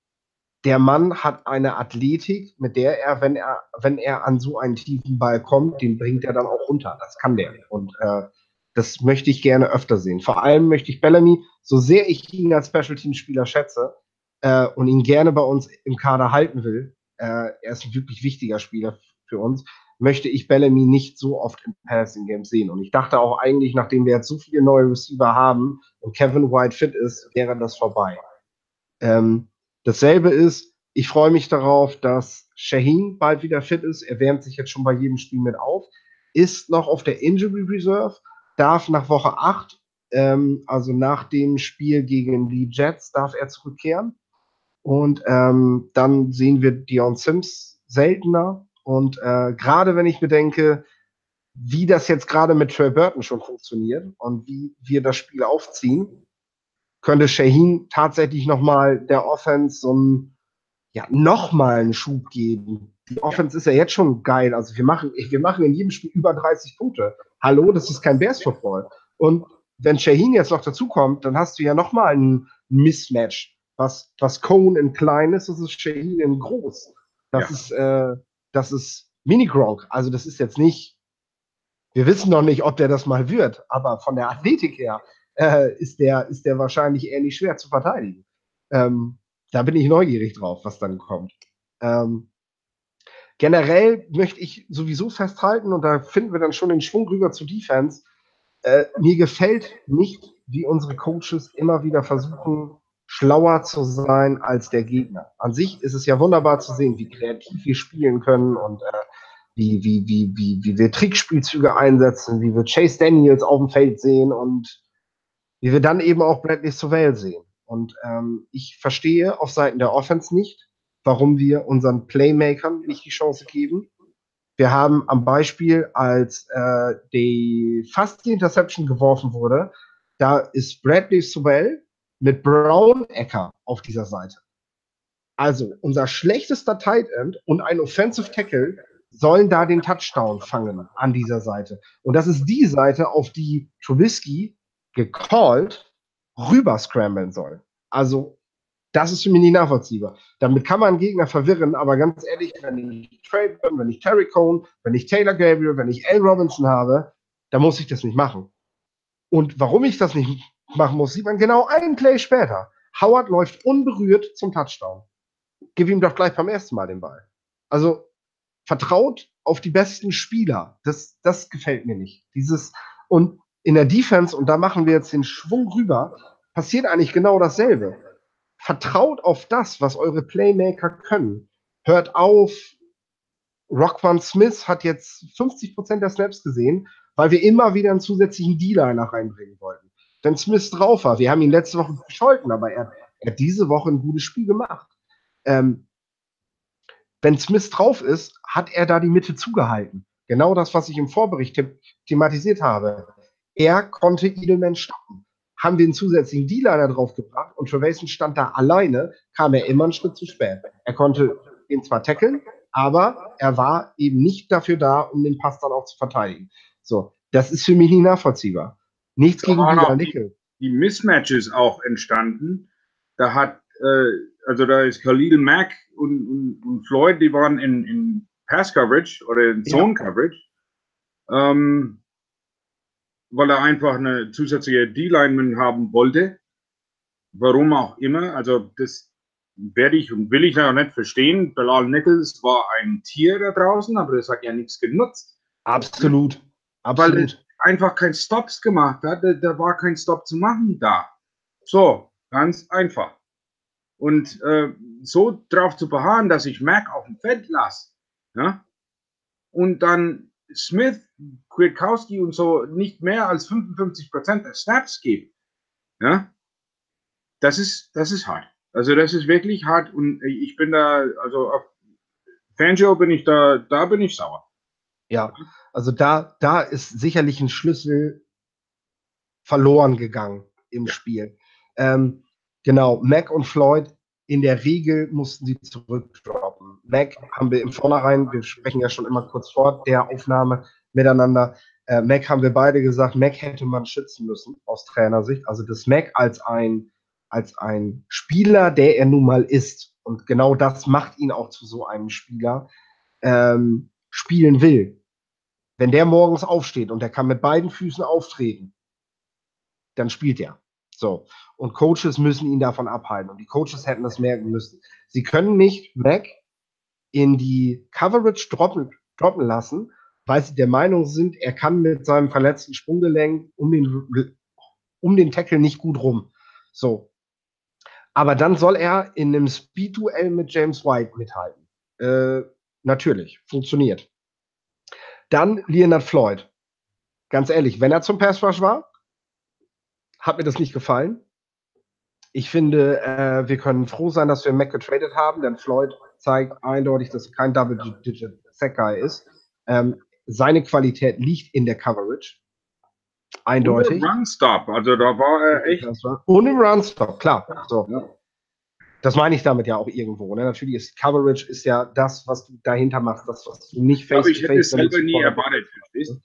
Der Mann hat eine Athletik, mit der er, wenn er, wenn er an so einen tiefen Ball kommt, den bringt er dann auch runter. Das kann der. Und äh, das möchte ich gerne öfter sehen. Vor allem möchte ich Bellamy, so sehr ich ihn als Special Team Spieler schätze äh, und ihn gerne bei uns im Kader halten will, äh, er ist ein wirklich wichtiger Spieler für uns, möchte ich Bellamy nicht so oft im Passing Game sehen. Und ich dachte auch eigentlich, nachdem wir jetzt so viele neue Receiver haben und Kevin White fit ist, wäre das vorbei. Ähm, dasselbe ist, ich freue mich darauf, dass Shaheen bald wieder fit ist. Er wärmt sich jetzt schon bei jedem Spiel mit auf, ist noch auf der Injury Reserve, darf nach Woche acht, ähm, also nach dem Spiel gegen die Jets, darf er zurückkehren. Und ähm, dann sehen wir Dion Sims seltener. Und äh, gerade wenn ich bedenke, wie das jetzt gerade mit Trey Burton schon funktioniert und wie wir das Spiel aufziehen, könnte Shaheen tatsächlich nochmal der Offense so einen, ja, nochmal einen Schub geben. Die Offense ist ja jetzt schon geil. Also wir machen, wir machen in jedem Spiel über dreißig Punkte. Hallo, das ist kein Bears Football. Und wenn Shaheen jetzt noch dazukommt, dann hast du ja nochmal ein Mismatch. Was, was Cone in klein ist, das ist Shaheen in groß. Das Ja. ist, äh, das ist Mini-Gronk. Also das ist jetzt nicht, wir wissen noch nicht, ob der das mal wird, aber von der Athletik her äh, ist, der, ist der wahrscheinlich ähnlich schwer zu verteidigen. Ähm, da bin ich neugierig drauf, was dann kommt. Ähm, generell möchte ich sowieso festhalten, und da finden wir dann schon den Schwung rüber zu Defense, äh, mir gefällt nicht, wie unsere Coaches immer wieder versuchen, schlauer zu sein als der Gegner. An sich ist es ja wunderbar zu sehen, wie kreativ wir spielen können und äh, wie, wie, wie, wie, wie wir Trickspielzüge einsetzen, wie wir Chase Daniels auf dem Feld sehen und wie wir dann eben auch Bradley Sowell sehen. Und ähm, ich verstehe auf Seiten der Offense nicht, warum wir unseren Playmakern nicht die Chance geben. Wir haben am Beispiel, als äh, die fast die Interception geworfen wurde, da ist Bradley Sowell mit Brown Ecker auf dieser Seite. Also unser schlechtester Tight End und ein Offensive Tackle sollen da den Touchdown fangen an dieser Seite. Und das ist die Seite, auf die Trubisky gecallt rüber scramblen soll. Also das ist für mich nicht nachvollziehbar. Damit kann man einen Gegner verwirren, aber ganz ehrlich, wenn ich Trey bin, wenn ich Terry Cohn, wenn ich Taylor Gabriel, wenn ich Al Robinson habe, dann muss ich das nicht machen. Und warum ich das nicht machen muss, sieht man genau einen Play später. Howard läuft unberührt zum Touchdown. Gib ihm doch gleich beim ersten Mal den Ball. Also vertraut auf die besten Spieler. Das, das gefällt mir nicht. Dieses, und in der Defense, und da machen wir jetzt den Schwung rüber, passiert eigentlich genau dasselbe. Vertraut auf das, was eure Playmaker können. Hört auf, Roquan Smith hat jetzt fünfzig Prozent der Snaps gesehen, weil wir immer wieder einen zusätzlichen D-Liner reinbringen wollten. Wenn Smith drauf war, wir haben ihn letzte Woche gescholten, aber er, er hat diese Woche ein gutes Spiel gemacht. Ähm, wenn Smith drauf ist, hat er da die Mitte zugehalten. Genau das, was ich im Vorbericht the thematisiert habe. Er konnte Edelman stoppen. haben wir einen zusätzlichen D-Liner draufgebracht und Trevathan stand da alleine, kam er immer einen Schritt zu spät. Er konnte ihn zwar tackeln, aber er war eben nicht dafür da, um den Pass dann auch zu verteidigen. So, das ist für mich nicht nachvollziehbar. Nichts Da gegen waren Bilal auch Nickel. Die, die Mismatches auch entstanden. Da hat, äh, also da ist Khalil Mack und, und, und Floyd, die waren in, in Pass-Coverage oder in Zone-Coverage, ja. ähm, weil er einfach eine zusätzliche D-Lineman haben wollte. Warum auch immer. Also das werde ich und will ich auch nicht verstehen. Bilal Nichols war ein Tier da draußen, aber das hat ja nichts genutzt. Absolut. Absolut. Weil er einfach kein Stops gemacht hat. Da, da war kein Stop zu machen da. So, ganz einfach. Und äh, so darauf zu beharren, dass ich Mac auf dem Feld lasse, ja, und dann Smith, Kwiatkowski und so nicht mehr als fünfundfünfzig Prozent der Snaps gebe, ja, das ist, das ist hart. Also das ist wirklich hart und ich bin da, also auf Fangio bin ich da, da bin ich sauer. Ja, also da, da ist sicherlich ein Schlüssel verloren gegangen im ja. Spiel. Ähm, genau, Mac und Floyd, in der Regel mussten sie zurückdroppen. Mac haben wir im Vornherein, wir sprechen ja schon immer kurz vor der Aufnahme miteinander, äh, Mac haben wir beide gesagt, Mac hätte man schützen müssen aus Trainersicht. Also das Mac als ein, als ein Spieler, der er nun mal ist, und genau das macht ihn auch zu so einem Spieler, ähm, spielen will. Wenn der morgens aufsteht und der kann mit beiden Füßen auftreten, dann spielt er. So. Und Coaches müssen ihn davon abhalten. Und die Coaches hätten das merken müssen. Sie können nicht Mac in die Coverage droppen, droppen lassen, weil sie der Meinung sind, er kann mit seinem verletzten Sprunggelenk um den, um den Tackle nicht gut rum. So. Aber dann soll er in einem Speed-Duell mit James White mithalten. Äh, natürlich, funktioniert. Dann Leonard Floyd. Ganz ehrlich, wenn er zum Pass Rush war, hat mir das nicht gefallen. Ich finde, äh, wir können froh sein, dass wir Mac getradet haben, denn Floyd zeigt eindeutig, dass er kein Double-Digit-Sack-Guy ist. Ähm, seine Qualität liegt in der Coverage. Eindeutig. Und im Run-Stop, also da war er echt. Und im Run-Stop, klar. So. Ja. Das meine ich damit ja auch irgendwo. Ne? Natürlich ist Coverage ist ja das, was du dahinter machst, das, was du nicht face-to-face. Ich hätte es selber nie erwartet, verstehst?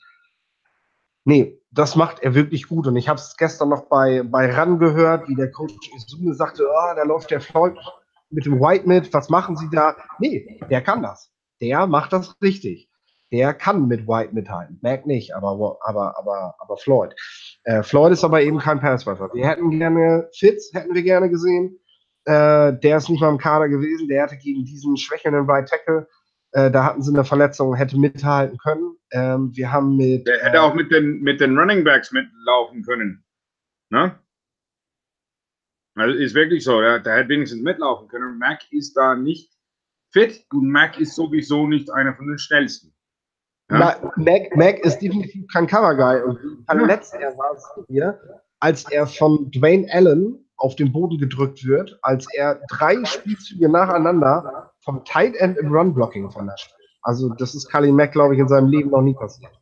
Nee, das macht er wirklich gut. Und ich habe es gestern noch bei, bei RAN gehört, wie der Coach Izumi sagte, oh, da läuft der Floyd mit dem White mit, was machen Sie da? Nee, der kann das. Der macht das richtig. Der kann mit White mithalten. Mac nicht, aber, aber, aber, aber Floyd. Äh, Floyd ist aber eben kein Passwerfer. Wir hätten gerne, Fitz hätten wir gerne gesehen. Äh, der ist nicht mal im Kader gewesen. Der hatte gegen diesen schwächelnden Right Tackle, äh, da hatten sie eine Verletzung, hätte mithalten können. Ähm, wir haben mit. Der hätte äh, auch mit den, mit den Running Backs mitlaufen können. Ne? Also ist wirklich so, ja, der hätte wenigstens mitlaufen können. Mac ist da nicht fit und Mac ist sowieso nicht einer von den schnellsten. Ja? Mac, Mac ist definitiv kein Cover-Guy. Und wie verletzt er war es hier, als er von Dwayne Allen auf den Boden gedrückt wird, als er drei Spielzüge nacheinander vom Tight End im Run-Blocking verlässt. Also das ist Khalil Mack, glaube ich, in seinem Leben noch nie passiert.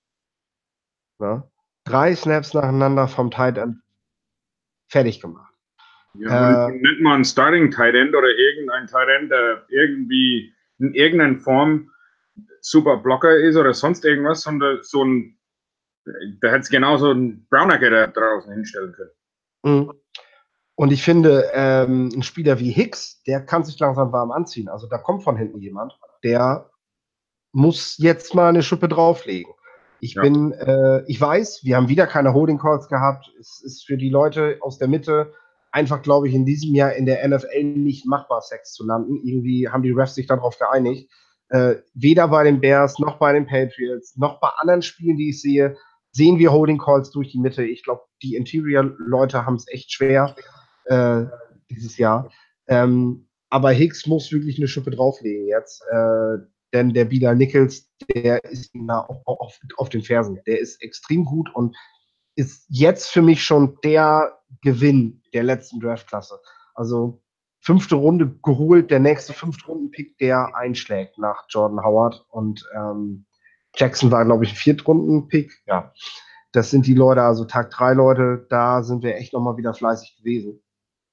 Ja? Drei Snaps nacheinander vom Tight End fertig gemacht. Ja, äh, nennt man Starting Tight End oder irgendein Tight End, der irgendwie in irgendeiner Form super Blocker ist oder sonst irgendwas, sondern so ein, da hätte es genauso einen Brownacker da draußen hinstellen können. Mhm. Und ich finde, ähm, ein Spieler wie Hicks, der kann sich langsam warm anziehen. Also da kommt von hinten jemand, der muss jetzt mal eine Schippe drauflegen. Ich ja. bin, äh, ich weiß, wir haben wieder keine Holding Calls gehabt. Es ist für die Leute aus der Mitte einfach, glaube ich, in diesem Jahr in der N F L nicht machbar, Sex zu landen. Irgendwie haben die Refs sich darauf geeinigt. Äh, weder bei den Bears, noch bei den Patriots, noch bei anderen Spielen, die ich sehe, sehen wir Holding Calls durch die Mitte. Ich glaube, die Interior-Leute haben es echt schwer äh, dieses Jahr. Ähm, aber Hicks muss wirklich eine Schippe drauflegen jetzt. Äh, denn der Bilal Nichols, der ist ihm da auf, auf, auf den Fersen. Der ist extrem gut und ist jetzt für mich schon der Gewinn der letzten Draftklasse. Also fünfte Runde geholt, der nächste Fünftrunden-Pick, der einschlägt nach Jordan Howard. Und ähm, Jackson war, glaube ich, ein Viertrunden-Pick. Ja. Das sind die Leute, also Tag drei Leute, da sind wir echt nochmal wieder fleißig gewesen.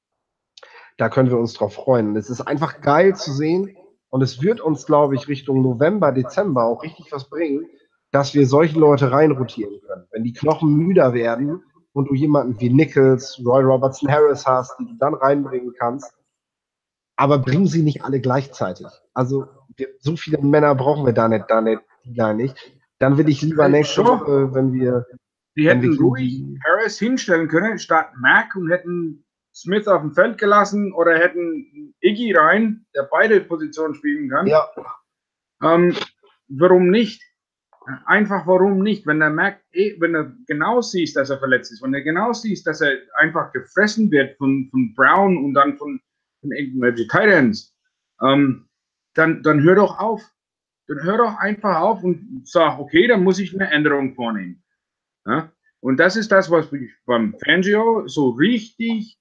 Da können wir uns drauf freuen. Und es ist einfach geil zu sehen und es wird uns, glaube ich, Richtung November, Dezember auch richtig was bringen, dass wir solche Leute reinrotieren können. Wenn die Knochen müder werden und du jemanden wie Nichols, Roy Robertson Harris hast, die du dann reinbringen kannst, aber bringen sie nicht alle gleichzeitig. Also wir, so viele Männer brauchen wir da nicht, da nicht, da nicht. Dann will ich lieber nächste Woche, wenn wir Die wenn hätten wir ruhig die, Harris hinstellen können statt Mac und hätten Smith auf dem Feld gelassen oder hätten Iggy rein, der beide Positionen spielen kann. ja, Ähm, warum nicht? Einfach warum nicht? Wenn der Mac, wenn er genau siehst, dass er verletzt ist, wenn er genau siehst, dass er einfach gefressen wird von, von Brown und dann von, von irgendwelchen Titans, ähm, dann, dann hör doch auf. Dann hör doch einfach auf und sag, okay, dann muss ich eine Änderung vornehmen. Ja? Und das ist das, was beim Fangio so richtig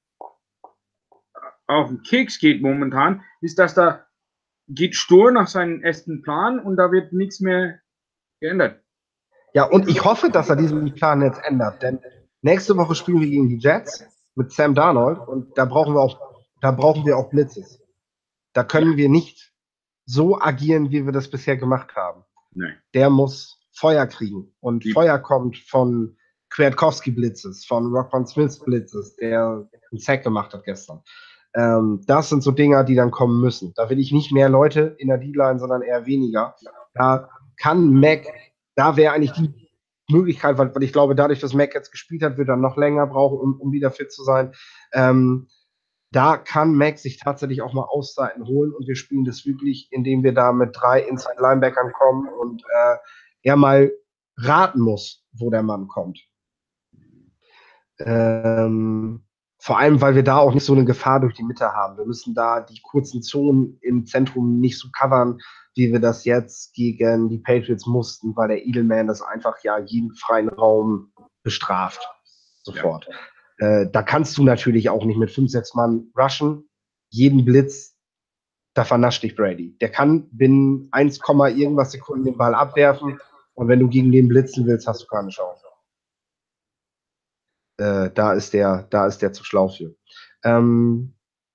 auf den Keks geht momentan, ist, dass da geht stur nach seinem ersten Plan und da wird nichts mehr geändert. ja, und ich hoffe, dass er diesen Plan jetzt ändert, denn nächste Woche spielen wir gegen die Jets mit Sam Darnold und da brauchen wir auch, da brauchen wir auch Blitzes. Da können wir nicht so agieren, wie wir das bisher gemacht haben. Nee. Der muss Feuer kriegen und Die- Feuer kommt von Kwiatkowski Blitzes, von Roquan Smith Blitzes, der einen Sack gemacht hat gestern. Ähm, das sind so Dinger, die dann kommen müssen. Da will ich nicht mehr Leute in der D-Line, sondern eher weniger. Da kann Mac, da wäre eigentlich die Möglichkeit, weil, weil ich glaube, dadurch, dass Mac jetzt gespielt hat, wird er noch länger brauchen, um, um wieder fit zu sein. Ähm, da kann Mac sich tatsächlich auch mal Auszeiten holen und wir spielen das wirklich, indem wir da mit drei Inside Linebackern kommen und äh, er mal raten muss, wo der Mann kommt. Ähm, vor allem, weil wir da auch nicht so eine Gefahr durch die Mitte haben. Wir müssen da die kurzen Zonen im Zentrum nicht so covern, wie wir das jetzt gegen die Patriots mussten, weil der Edelman das einfach ja jeden freien Raum bestraft. Sofort. Ja. Äh, da kannst du natürlich auch nicht mit fünf, sechs Mann rushen. Jeden Blitz, da vernascht dich Brady. Der kann binnen eins, irgendwas Sekunden den Ball abwerfen und wenn du gegen den blitzen willst, hast du keine Chance. Äh, da ist der, da ist der zu schlau für. Ähm,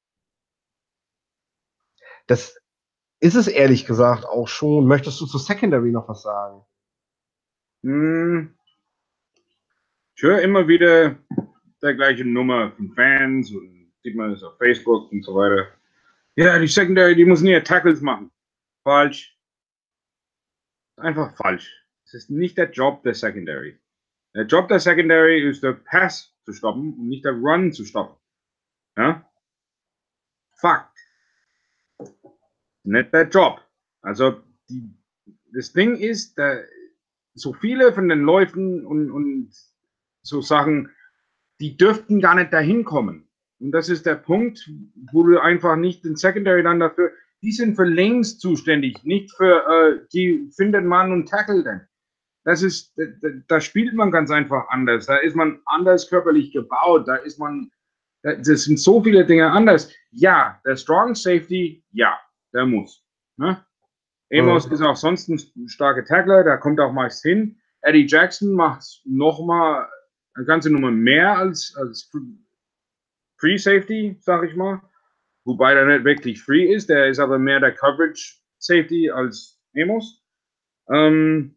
das ist es ehrlich gesagt auch schon. Möchtest du zur Secondary noch was sagen? Hm. Ich höre immer wieder der gleiche Nummer von Fans und sieht man es auf Facebook und so weiter. Ja, die Secondary, die muss nie Tackles machen. Falsch. Einfach falsch. Es ist nicht der Job der Secondary. Der Job der Secondary ist, der Pass zu stoppen und nicht der Run zu stoppen. Ja? Fakt. Nicht der Job. Also, die, das Ding ist, da, so viele von den Leuten und, und so Sachen, die dürften gar nicht dahin kommen. Und das ist der Punkt, wo du einfach nicht den Secondary dann dafür, die sind für Lanes zuständig, nicht für, äh, die findet man und tackle dann. Das ist, da, da spielt man ganz einfach anders. Da ist man anders körperlich gebaut. Da ist man, das sind so viele Dinge anders. Ja, der Strong Safety, ja, der muss. Ne? Amos mhm. ist auch sonst ein starker Tackler, da kommt auch meist hin. Eddie Jackson macht nochmal eine ganze Nummer mehr als, als Free Safety, sag ich mal. Wobei der nicht wirklich free ist, der ist aber mehr der Coverage Safety als Amos. Ähm,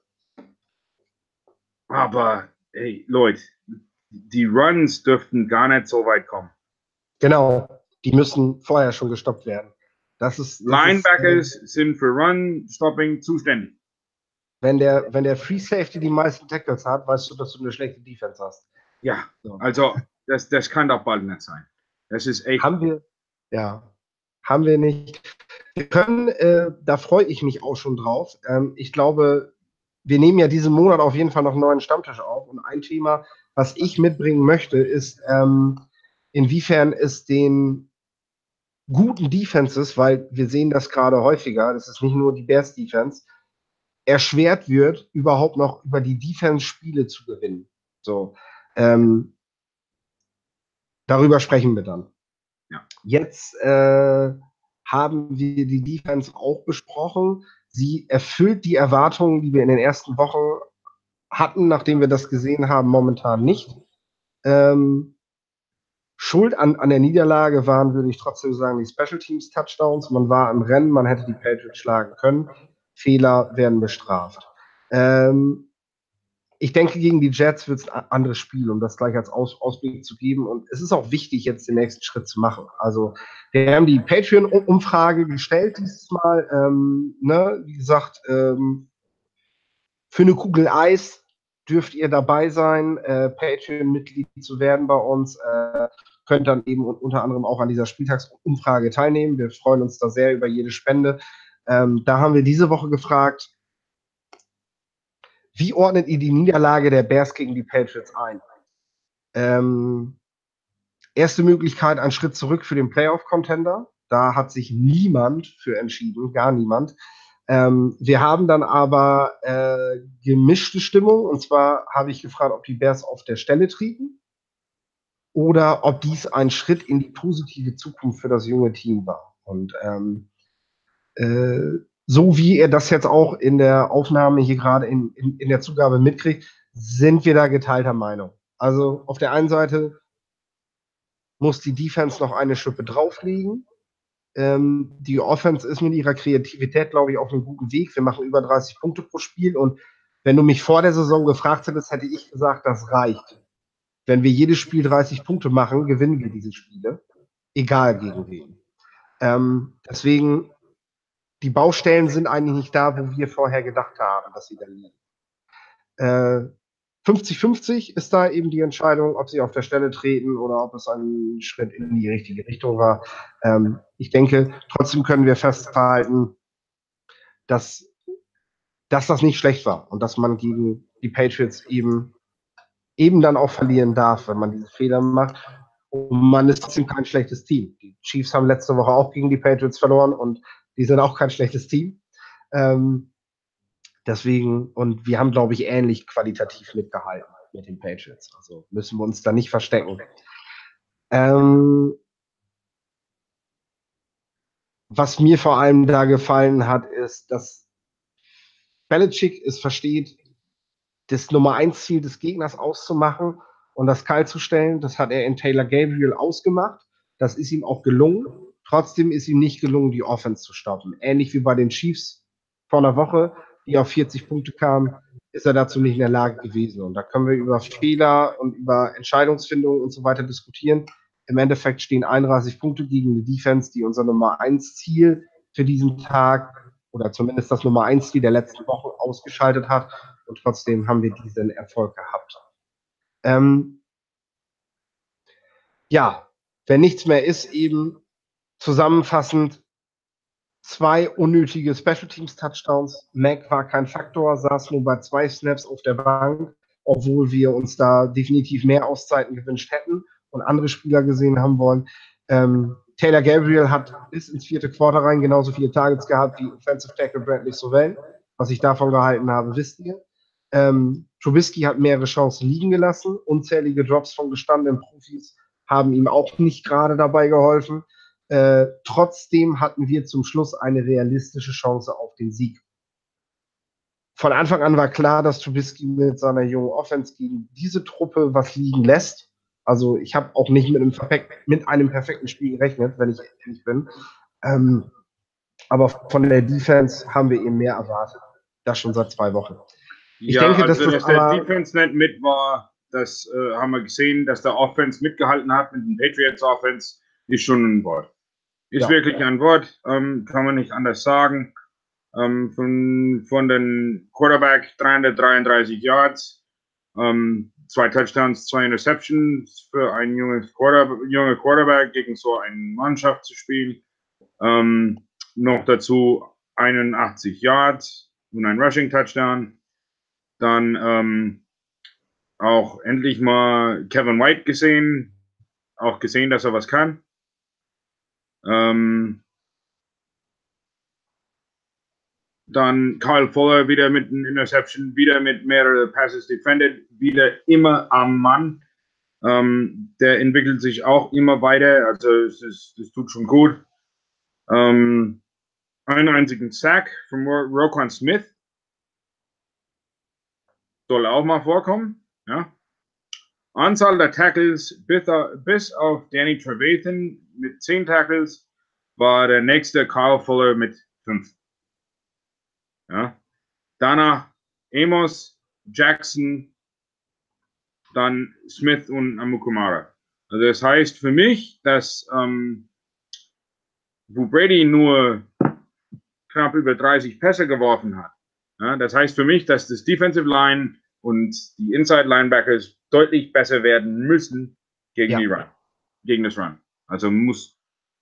aber, hey, Leute, die Runs dürften gar nicht so weit kommen. Genau, die müssen vorher schon gestoppt werden. Das ist, das Linebackers ist, äh, sind für Run-Stopping zuständig. Wenn der, wenn der Free Safety die meisten Tackles hat, weißt du, dass du eine schlechte Defense hast. Ja, so. Also das, das kann doch bald nicht sein. Das ist echt. Haben wir, ja, haben wir nicht. Wir können, äh, da freue ich mich auch schon drauf. Ähm, ich glaube, wir nehmen ja diesen Monat auf jeden Fall noch einen neuen Stammtisch auf. Und ein Thema, was ich mitbringen möchte, ist, ähm, inwiefern es den guten Defenses, weil wir sehen das gerade häufiger, das ist nicht nur die Bears Defense, erschwert wird, überhaupt noch über die Defense-Spiele zu gewinnen. So, ähm, darüber sprechen wir dann. Ja. Jetzt äh, haben wir die Defense auch besprochen. Sie erfüllt die Erwartungen, die wir in den ersten Wochen hatten, nachdem wir das gesehen haben, momentan nicht. Ähm, Schuld an, an der Niederlage waren, würde ich trotzdem sagen, die Special Teams Touchdowns. Man war im Rennen, man hätte die Patriots schlagen können. Fehler werden bestraft. Ähm, ich denke, gegen die Jets wird es ein anderes Spiel, um das gleich als Aus Ausblick zu geben. Und es ist auch wichtig, jetzt den nächsten Schritt zu machen. Also, wir haben die Patreon-Umfrage gestellt dieses Mal. Ähm, ne? Wie gesagt, ähm, für eine Kugel Eis dürft ihr dabei sein, äh, Patreon-Mitglied zu werden bei uns. Äh, könnt dann eben unter anderem auch an dieser Spieltagsumfrage teilnehmen. Wir freuen uns da sehr über jede Spende. Ähm, da haben wir diese Woche gefragt, wie ordnet ihr die Niederlage der Bears gegen die Patriots ein? Ähm, erste Möglichkeit, ein Schritt zurück für den Playoff-Contender. Da hat sich niemand für entschieden, gar niemand. Ähm, wir haben dann aber äh, gemischte Stimmung. Und zwar habe ich gefragt, ob die Bears auf der Stelle treten oder ob dies ein Schritt in die positive Zukunft für das junge Team war. Und ähm, äh, so wie ihr das jetzt auch in der Aufnahme hier gerade in, in, in der Zugabe mitkriegt, sind wir da geteilter Meinung. Also auf der einen Seite muss die Defense noch eine Schippe drauflegen. Ähm, die Offense ist mit ihrer Kreativität, glaube ich, auf einem guten Weg. Wir machen über dreißig Punkte pro Spiel. Und wenn du mich vor der Saison gefragt hättest, hätte ich gesagt, das reicht. Wenn wir jedes Spiel dreißig Punkte machen, gewinnen wir diese Spiele. Egal gegen wen. Ähm, deswegen, die Baustellen sind eigentlich nicht da, wo wir vorher gedacht haben, dass sie da liegen. Äh, fünfzig fünfzig ist da eben die Entscheidung, ob sie auf der Stelle treten oder ob es ein Schritt in die richtige Richtung war. Ähm, ich denke, trotzdem können wir festhalten, dass, dass das nicht schlecht war und dass man gegen die Patriots eben, eben dann auch verlieren darf, wenn man diese Fehler macht. Und man ist trotzdem kein schlechtes Team. Die Chiefs haben letzte Woche auch gegen die Patriots verloren und die sind auch kein schlechtes Team. Ähm, deswegen, und wir haben, glaube ich, ähnlich qualitativ mitgehalten mit den Patriots. Also müssen wir uns da nicht verstecken. Ähm, was mir vor allem da gefallen hat, ist, dass Belichick es versteht, das Nummer eins Ziel des Gegners auszumachen und das kalt zu stellen. Das hat er in Taylor Gabriel ausgemacht. Das ist ihm auch gelungen. Trotzdem ist ihm nicht gelungen, die Offense zu stoppen. Ähnlich wie bei den Chiefs vor einer Woche, die auf vierzig Punkte kamen, ist er dazu nicht in der Lage gewesen. Und da können wir über Fehler und über Entscheidungsfindung und so weiter diskutieren. Im Endeffekt stehen einunddreißig Punkte gegen eine Defense, die unser Nummer eins Ziel für diesen Tag oder zumindest das Nummer eins Ziel der letzten Wochen ausgeschaltet hat. Und trotzdem haben wir diesen Erfolg gehabt. Ähm, ja, wenn nichts mehr ist, eben zusammenfassend zwei unnötige Special Teams Touchdowns. Mac war kein Faktor, saß nur bei zwei Snaps auf der Bank, obwohl wir uns da definitiv mehr Auszeiten gewünscht hätten und andere Spieler gesehen haben wollen. Ähm, Taylor Gabriel hat bis ins vierte Quarter rein genauso viele Targets gehabt wie Offensive Tackle Bradley Sowell. Was ich davon gehalten habe, wisst ihr. Ähm, Trubisky hat mehrere Chancen liegen gelassen. Unzählige Drops von gestandenen Profis haben ihm auch nicht gerade dabei geholfen. Äh, trotzdem hatten wir zum Schluss eine realistische Chance auf den Sieg. Von Anfang an war klar, dass Trubisky mit seiner jungen Offense gegen diese Truppe was liegen lässt. Also ich habe auch nicht mit einem, mit einem perfekten Spiel gerechnet, wenn ich ehrlich bin. Ähm, aber von der Defense haben wir eben mehr erwartet. Das schon seit zwei Wochen. Ich ja, denke, also dass das dass der aber, Defense nicht mit war, das äh, haben wir gesehen, dass der Offense mitgehalten hat mit dem Patriots Offense, ist schon ein Wort. Ist ja wirklich ein Wort, ähm, kann man nicht anders sagen. Ähm, von, von den Quarterback dreihundertdreiunddreißig Yards, ähm, zwei Touchdowns, zwei Interceptions für einen junge Quarter, junge Quarterback gegen so eine Mannschaft zu spielen. Ähm, noch dazu einundachtzig Yards und ein Rushing Touchdown. Dann ähm, auch endlich mal Kevin White gesehen, auch gesehen, dass er was kann. Ähm, dann Kyle Fuller wieder mit einem Interception, wieder mit mehreren Passes defended, wieder immer am Mann. Ähm, der entwickelt sich auch immer weiter, also es, ist, es tut schon gut. Ähm, einen einzigen Sack von Roquan Smith. soll auch mal vorkommen. Ja. Anzahl der Tackles bis, bis auf Danny Trevathan mit zehn Tackles war der nächste Kyle Fuller mit fünf. Ja. Danach Amos, Jackson, dann Smith und Amukamara. Also das heißt für mich, dass ähm, wo Brady nur knapp über dreißig Pässe geworfen hat. Ja, das heißt für mich, dass das Defensive Line und die Inside Linebackers deutlich besser werden müssen gegen Ja. die Run, gegen das Run. Also muss.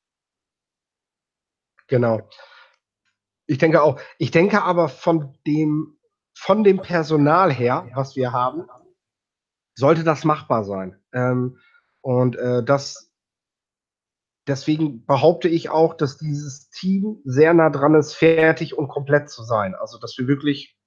Genau. Ich denke auch. Ich denke aber von dem, von dem Personal her, was wir haben, sollte das machbar sein. Ähm, und äh, das deswegen behaupte ich auch, dass dieses Team sehr nah dran ist, fertig und komplett zu sein. Also, dass wir wirklich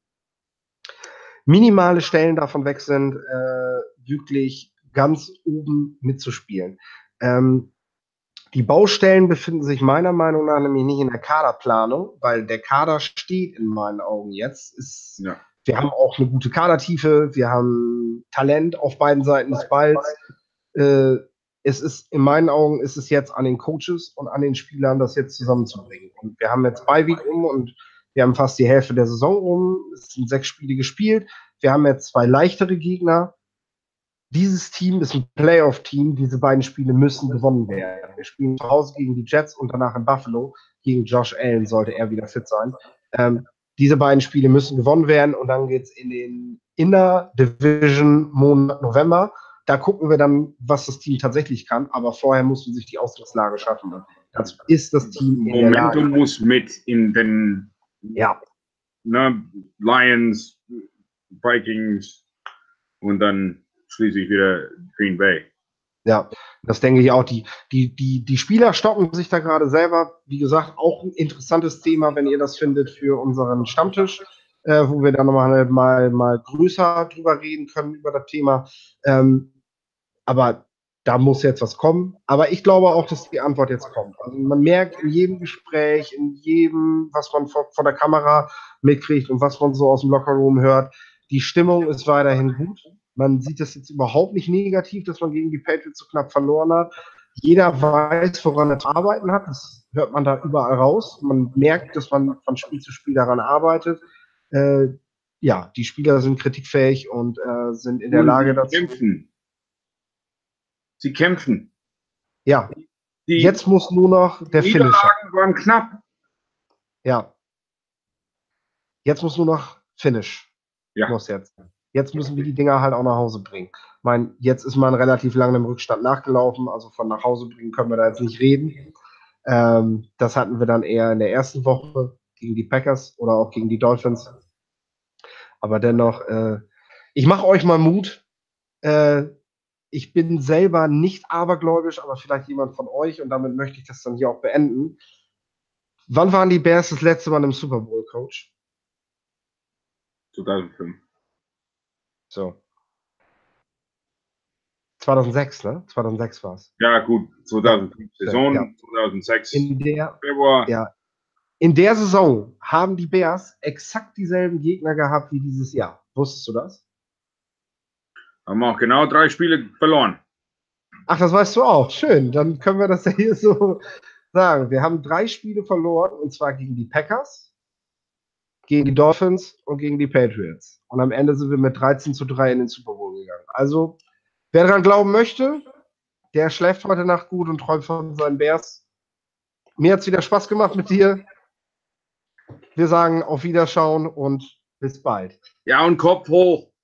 minimale Stellen davon weg sind, äh, wirklich ganz oben mitzuspielen. Ähm, die Baustellen befinden sich meiner Meinung nach nämlich nicht in der Kaderplanung, weil der Kader steht in meinen Augen jetzt. Ist, Ja. Wir haben auch eine gute Kadertiefe, wir haben Talent auf beiden Seiten des Balls. Äh, es ist, in meinen Augen, ist es jetzt an den Coaches und an den Spielern, das jetzt zusammenzubringen. Und wir haben jetzt Bye-Week um und wir haben fast die Hälfte der Saison um. Es sind sechs Spiele gespielt. Wir haben jetzt zwei leichtere Gegner. Dieses Team ist ein Playoff-Team. Diese beiden Spiele müssen gewonnen werden. Wir spielen zu Hause gegen die Jets und danach in Buffalo gegen Josh Allen, sollte er wieder fit sein. Ähm, diese beiden Spiele müssen gewonnen werden und dann geht es in den Inner Division Monat November. Da gucken wir dann, was das Team tatsächlich kann, aber vorher mussten sich die Ausgangslage schaffen. Dazu ist das Team in der Lage. Momentum muss mit in den Ja. ne, Lions, Vikings und dann schließlich wieder Green Bay. Ja, das denke ich auch. Die, die, die, die Spieler stoppen sich da gerade selber. Wie gesagt, auch ein interessantes Thema, wenn ihr das findet, für unseren Stammtisch, äh, wo wir dann nochmal mal, mal größer drüber reden können, über das Thema. Ähm, aber da muss jetzt was kommen. Aber ich glaube auch, dass die Antwort jetzt kommt. Also man merkt in jedem Gespräch, in jedem, was man vor, vor der Kamera mitkriegt und was man so aus dem Lockerroom hört, die Stimmung ist weiterhin gut. Man sieht das jetzt überhaupt nicht negativ, dass man gegen die Patriots so knapp verloren hat. Jeder weiß, woran er zu arbeiten hat. Das hört man da überall raus. Man merkt, dass man von Spiel zu Spiel daran arbeitet. Äh, ja, die Spieler sind kritikfähig und äh, sind in der und Lage sie dazu. Kämpfen. Sie kämpfen. Ja, Die jetzt muss nur noch der Finisher. Niederlagen waren knapp. Ja. Jetzt muss nur noch Finish. Ja. Muss jetzt. Jetzt müssen wir die Dinger halt auch nach Hause bringen. Ich meine, jetzt ist man relativ lange im Rückstand nachgelaufen, also von nach Hause bringen können wir da jetzt nicht reden. Ähm, das hatten wir dann eher in der ersten Woche gegen die Packers oder auch gegen die Dolphins. Aber dennoch, äh, ich mache euch mal Mut. Äh, ich bin selber nicht abergläubisch, aber vielleicht jemand von euch und damit möchte ich das dann hier auch beenden. Wann waren die Bears das letzte Mal im Super Bowl, Coach? zweitausendfünf. So. zweitausendsechs, ne? zweitausendsechs war es. Ja, gut. zweitausendfünf Ja. Saison, Ja. zweitausendsechs In der, Februar. ja, in der Saison haben die Bears exakt dieselben Gegner gehabt wie dieses Jahr. Wusstest du das? Haben auch genau drei Spiele verloren. Ach, das weißt du auch. Schön. Dann können wir das ja hier so sagen. Wir haben drei Spiele verloren, und zwar gegen die Packers, gegen die Dolphins und gegen die Patriots. Und am Ende sind wir mit dreizehn zu drei in den Super Bowl gegangen. Also, wer daran glauben möchte, der schläft heute Nacht gut und träumt von seinen Bears. Mir hat es wieder Spaß gemacht mit dir. Wir sagen auf Wiederschauen und bis bald. Ja, und Kopf hoch.